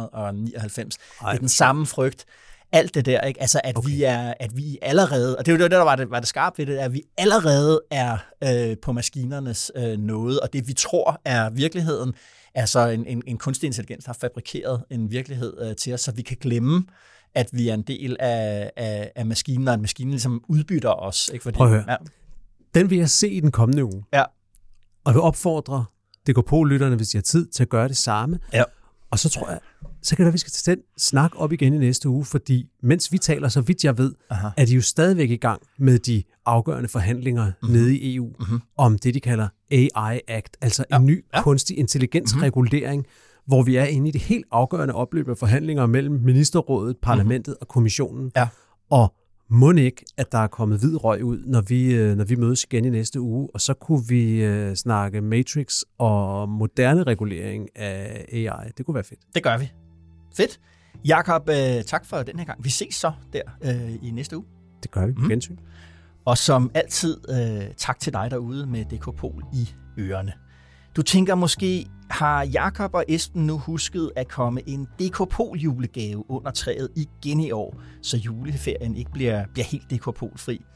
1999. Det er den samme frygt. Alt det der, ikke? Altså, at vi allerede, og det er jo det, der var det skarpt ved det, at vi allerede er på maskinernes nåde, og det vi tror er virkeligheden, er så en kunstig intelligens, der har fabrikeret en virkelighed til os, så vi kan glemme, at vi er en del af maskinen, og at maskinen ligesom udbytter os. Ikke? Fordi, prøv at høre. Ja. Den vil jeg se i den kommende uge. Ja. Og vil opfordre DKP-lytterne, hvis de har tid, til at gøre det samme. Ja. Og så tror jeg, så kan det være, vi skal tage den snak op igen i næste uge, fordi mens vi taler, så vidt jeg ved, er de jo stadigvæk i gang med de afgørende forhandlinger nede i EU om det, de kalder AI Act, altså en ny kunstig intelligensregulering, hvor vi er inde i det helt afgørende opløb af forhandlinger mellem ministerrådet, parlamentet og kommissionen. Ja. Og må ikke, at der er kommet hvid røg ud, når vi mødes igen i næste uge, og så kunne vi snakke Matrix og moderne regulering af AI. Det kunne være fedt. Det gør vi. Fedt. Jakob, tak for den her gang. Vi ses så der i næste uge. Det gør vi på gensyn. Og som altid, tak til dig derude med DK Pol i ørerne. Du tænker måske, har Jakob og Esben nu husket at komme en DK Pol julegave under træet igen i år, så juleferien ikke bliver helt DK Pol fri?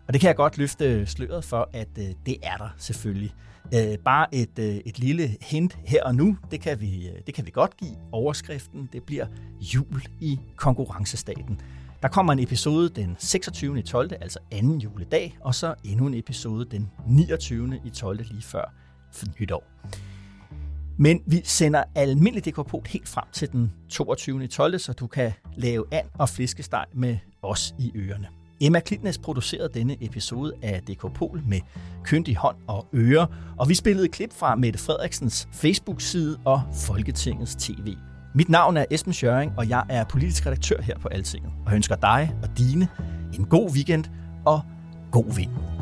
Og det kan jeg godt løfte sløret for, at det er der selvfølgelig. Bare et lille hint her og nu, det kan vi godt give. Overskriften, det bliver jul i konkurrencestaten. Der kommer en episode den 26. i 12., altså anden juledag, og så endnu en episode den 29. i 12. lige før nytår. Men vi sender almindelig Dekopol helt frem til den 22. i 12., så du kan lave and og flæskesteg med os i ørerne. Emma Klitnes producerede denne episode af Dekopol med kyndig hånd og øre, og vi spillede klip fra Mette Frederiksens Facebook-side og Folketingets TV. Mit navn er Esben Schøring, og jeg er politisk redaktør her på Altinget, og jeg ønsker dig og dine en god weekend og god vind.